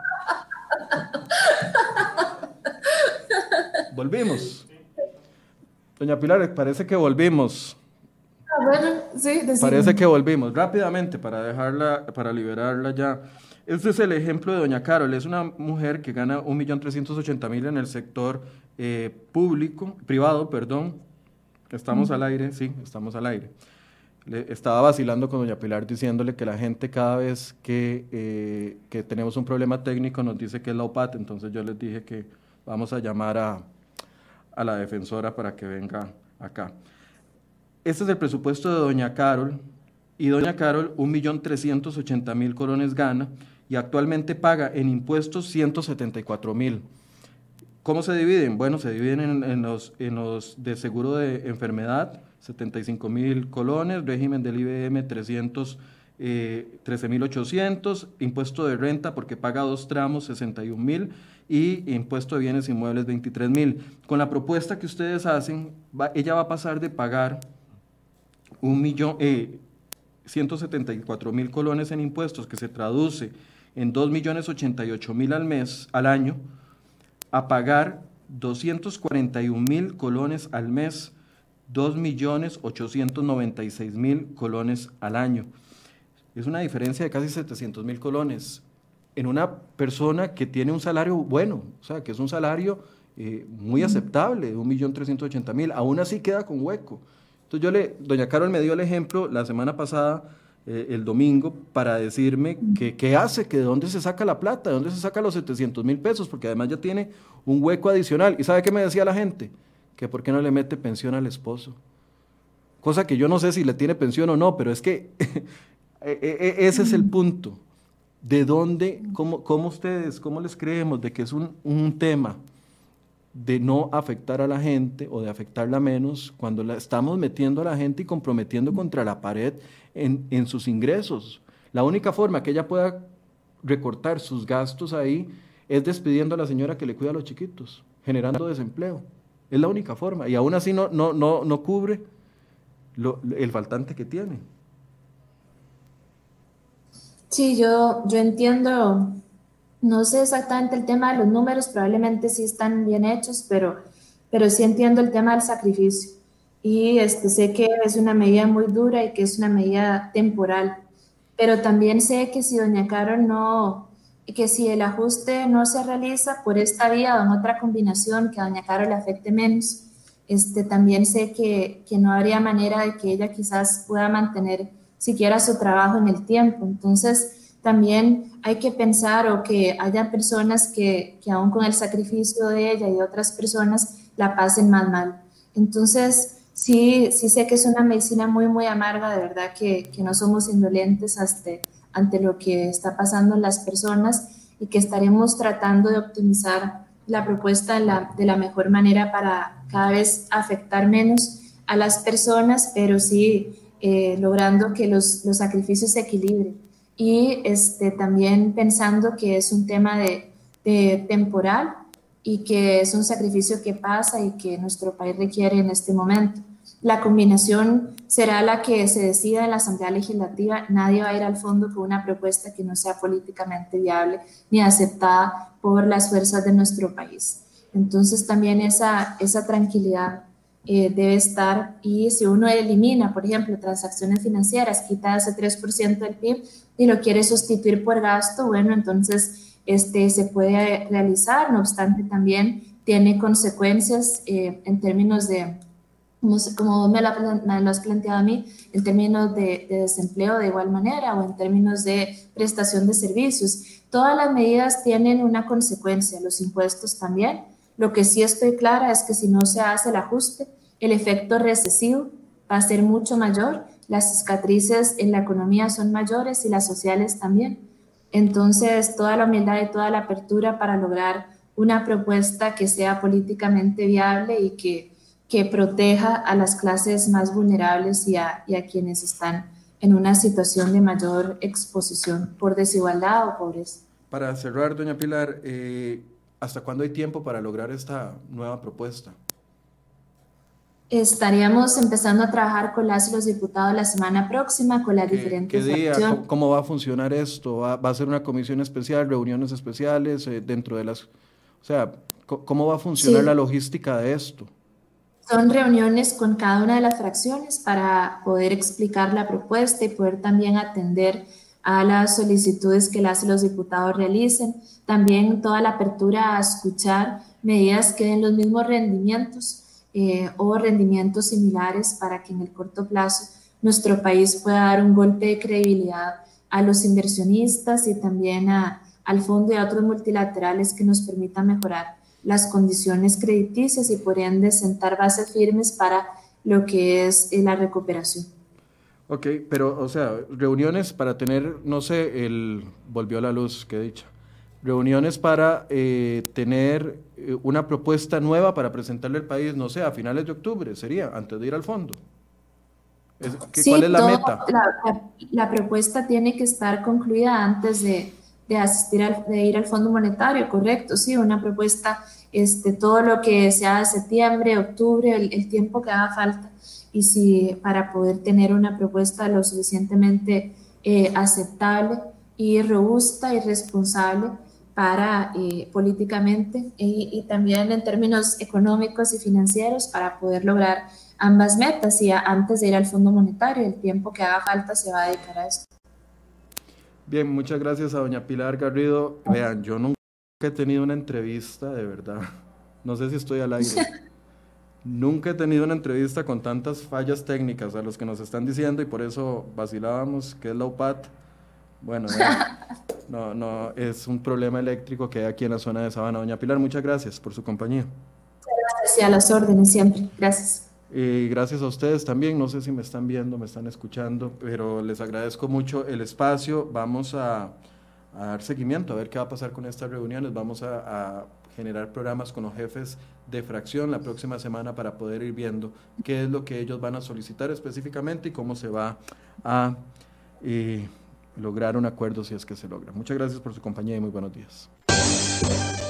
S1: Volvimos. Doña Pilar, parece que volvimos.
S2: Ah, bueno, sí, decimos.
S1: Parece que volvimos. Rápidamente, para dejarla, para liberarla ya. Este es el ejemplo de doña Carol. Es una mujer que gana un millón trescientos ochenta mil en el sector eh, público, privado, perdón. Estamos uh-huh. al aire, sí, estamos al aire. Le, estaba vacilando con doña Pilar diciéndole que la gente cada vez que, eh, que tenemos un problema técnico nos dice que es la U P A T. Entonces yo les dije que vamos a llamar a, a la defensora para que venga acá. Este es el presupuesto de doña Carol. Y doña Carol un millón trescientos ochenta mil colones gana y actualmente paga en impuestos ciento setenta y cuatro mil. ¿Cómo se dividen? Bueno, se dividen en, en, los, en los de seguro de enfermedad, setenta y cinco mil colones, régimen del I B M trescientos trece mil ochocientos, impuesto de renta porque paga dos tramos, sesenta y un mil, y impuesto de bienes inmuebles, veintitrés mil. Con la propuesta que ustedes hacen, va, ella va a pasar de pagar un millón... Eh, ciento setenta y cuatro mil colones en impuestos, que se traduce en dos millones ochenta y ocho mil al mes, al año, a pagar doscientos cuarenta y un mil colones al mes, dos millones ochocientos noventa y seis mil colones al año. Es una diferencia de casi setecientos mil colones en una persona que tiene un salario bueno, o sea, que es un salario eh, muy aceptable, de un millón trescientos ochenta mil, aún así queda con hueco. Entonces yo le, doña Carol me dio el ejemplo la semana pasada, eh, el domingo, para decirme que qué hace, que de dónde se saca la plata, de dónde se saca los setecientos mil pesos, porque además ya tiene un hueco adicional. ¿Y sabe qué me decía la gente? Que por qué no le mete pensión al esposo. Cosa que yo no sé si le tiene pensión o no, pero es que ese es el punto. ¿De dónde, cómo, cómo ustedes, cómo les creemos de que es un, un tema de no afectar a la gente o de afectarla menos cuando la estamos metiendo a la gente y comprometiendo contra la pared en, en sus ingresos? La única forma que ella pueda recortar sus gastos ahí es despidiendo a la señora que le cuida a los chiquitos, generando desempleo. Es la única forma. Y aún así no, no, no, no cubre lo, el faltante que tiene.
S2: Sí, yo, yo entiendo, no sé exactamente el tema de los números, probablemente sí están bien hechos, pero, pero sí entiendo el tema del sacrificio. Y este, sé que es una medida muy dura y que es una medida temporal, pero también sé que si doña Carol no, que si el ajuste no se realiza por esta vía o en otra combinación que a doña Carol le afecte menos, este, también sé que, que no habría manera de que ella quizás pueda mantener siquiera su trabajo en el tiempo. Entonces, también hay que pensar o que haya personas que, que aún con el sacrificio de ella y otras personas la pasen más mal. Entonces, sí, sí sé que es una medicina muy, muy amarga, de verdad que, que no somos indolentes hasta, ante lo que está pasando en las personas y que estaremos tratando de optimizar la propuesta de la, de la mejor manera para cada vez afectar menos a las personas, pero sí eh, logrando que los, los sacrificios se equilibren. Y este, también pensando que es un tema de, de temporal y que es un sacrificio que pasa y que nuestro país requiere en este momento. La combinación será la que se decida en la Asamblea Legislativa. Nadie va a ir al fondo con una propuesta que no sea políticamente viable ni aceptada por las fuerzas de nuestro país. Entonces también esa, esa tranquilidad eh, debe estar, y si uno elimina, por ejemplo, transacciones financieras, quita ese tres por ciento del P I B y lo quiere sustituir por gasto, bueno, entonces este, se puede realizar, no obstante también tiene consecuencias eh, en términos de, como, como me, lo, me lo has planteado a mí, en términos de, de desempleo de igual manera o en términos de prestación de servicios. Todas las medidas tienen una consecuencia, los impuestos también. Lo que sí estoy clara es que si no se hace el ajuste, el efecto recesivo va a ser mucho mayor, las cicatrices en la economía son mayores y las sociales también. Entonces, toda la humildad y toda la apertura para lograr una propuesta que sea políticamente viable y que que proteja a las clases más vulnerables y a, y a quienes están en una situación de mayor exposición por desigualdad o pobreza.
S1: Para cerrar, doña Pilar, eh, ¿hasta cuándo hay tiempo para lograr esta nueva propuesta?
S2: Estaríamos empezando a trabajar con las y los diputados la semana próxima, con las
S1: ¿Qué, qué
S2: diferentes
S1: día? ¿Cómo,
S2: fracciones.
S1: cómo va a funcionar esto? ¿Va, va a ser una comisión especial, reuniones especiales eh, dentro de las... O sea, ¿cómo va a funcionar la
S2: Sí,
S1: logística de esto?
S2: son reuniones con cada una de las fracciones para poder explicar la propuesta y poder también atender a las solicitudes que las y los diputados realicen. También toda la apertura a escuchar medidas que den los mismos rendimientos eh, o rendimientos similares para que en el corto plazo nuestro país pueda dar un golpe de credibilidad a los inversionistas y también a, al fondo y a otros multilaterales que nos permitan mejorar las condiciones crediticias y por ende sentar bases firmes para lo que es la recuperación.
S1: Ok, pero, o sea, reuniones para tener, no sé, el... Volvió la luz, qué dicha. Reuniones para eh, tener eh, una propuesta nueva para presentarle al país, no sé, a finales de octubre, sería, antes de ir al fondo. Es, ¿qué, ¿Cuál es
S2: Sí,
S1: la
S2: todo,
S1: meta?
S2: la, la, la propuesta tiene que estar concluida antes de, de asistir al, de ir al Fondo Monetario, correcto, sí, una propuesta, este, todo lo que sea de septiembre, octubre, el, el tiempo que haga falta, y si para poder tener una propuesta lo suficientemente eh, aceptable y robusta y responsable para eh, políticamente y, y también en términos económicos y financieros para poder lograr ambas metas y a, antes de ir al Fondo Monetario, el tiempo que haga falta se va a dedicar a esto.
S1: Bien, muchas gracias a doña Pilar Garrido. Vean, yo nunca he tenido una entrevista, de verdad. No sé si estoy al aire. Nunca he tenido una entrevista con tantas fallas técnicas a los que nos están diciendo y por eso vacilábamos que es la U P A T. Bueno, vean, no, no, es un problema eléctrico que hay aquí en la zona de Sabana. Doña Pilar, muchas gracias por su compañía.
S2: Sí, a las órdenes siempre. Gracias.
S1: Y gracias a ustedes también, no sé si me están viendo, me están escuchando, pero les agradezco mucho el espacio. Vamos a, a dar seguimiento, a ver qué va a pasar con estas reuniones. Vamos a, a generar programas con los jefes de fracción la próxima semana para poder ir viendo qué es lo que ellos van a solicitar específicamente y cómo se va a... Eh, lograr un acuerdo si es que se logra. Muchas gracias por su compañía y muy buenos días.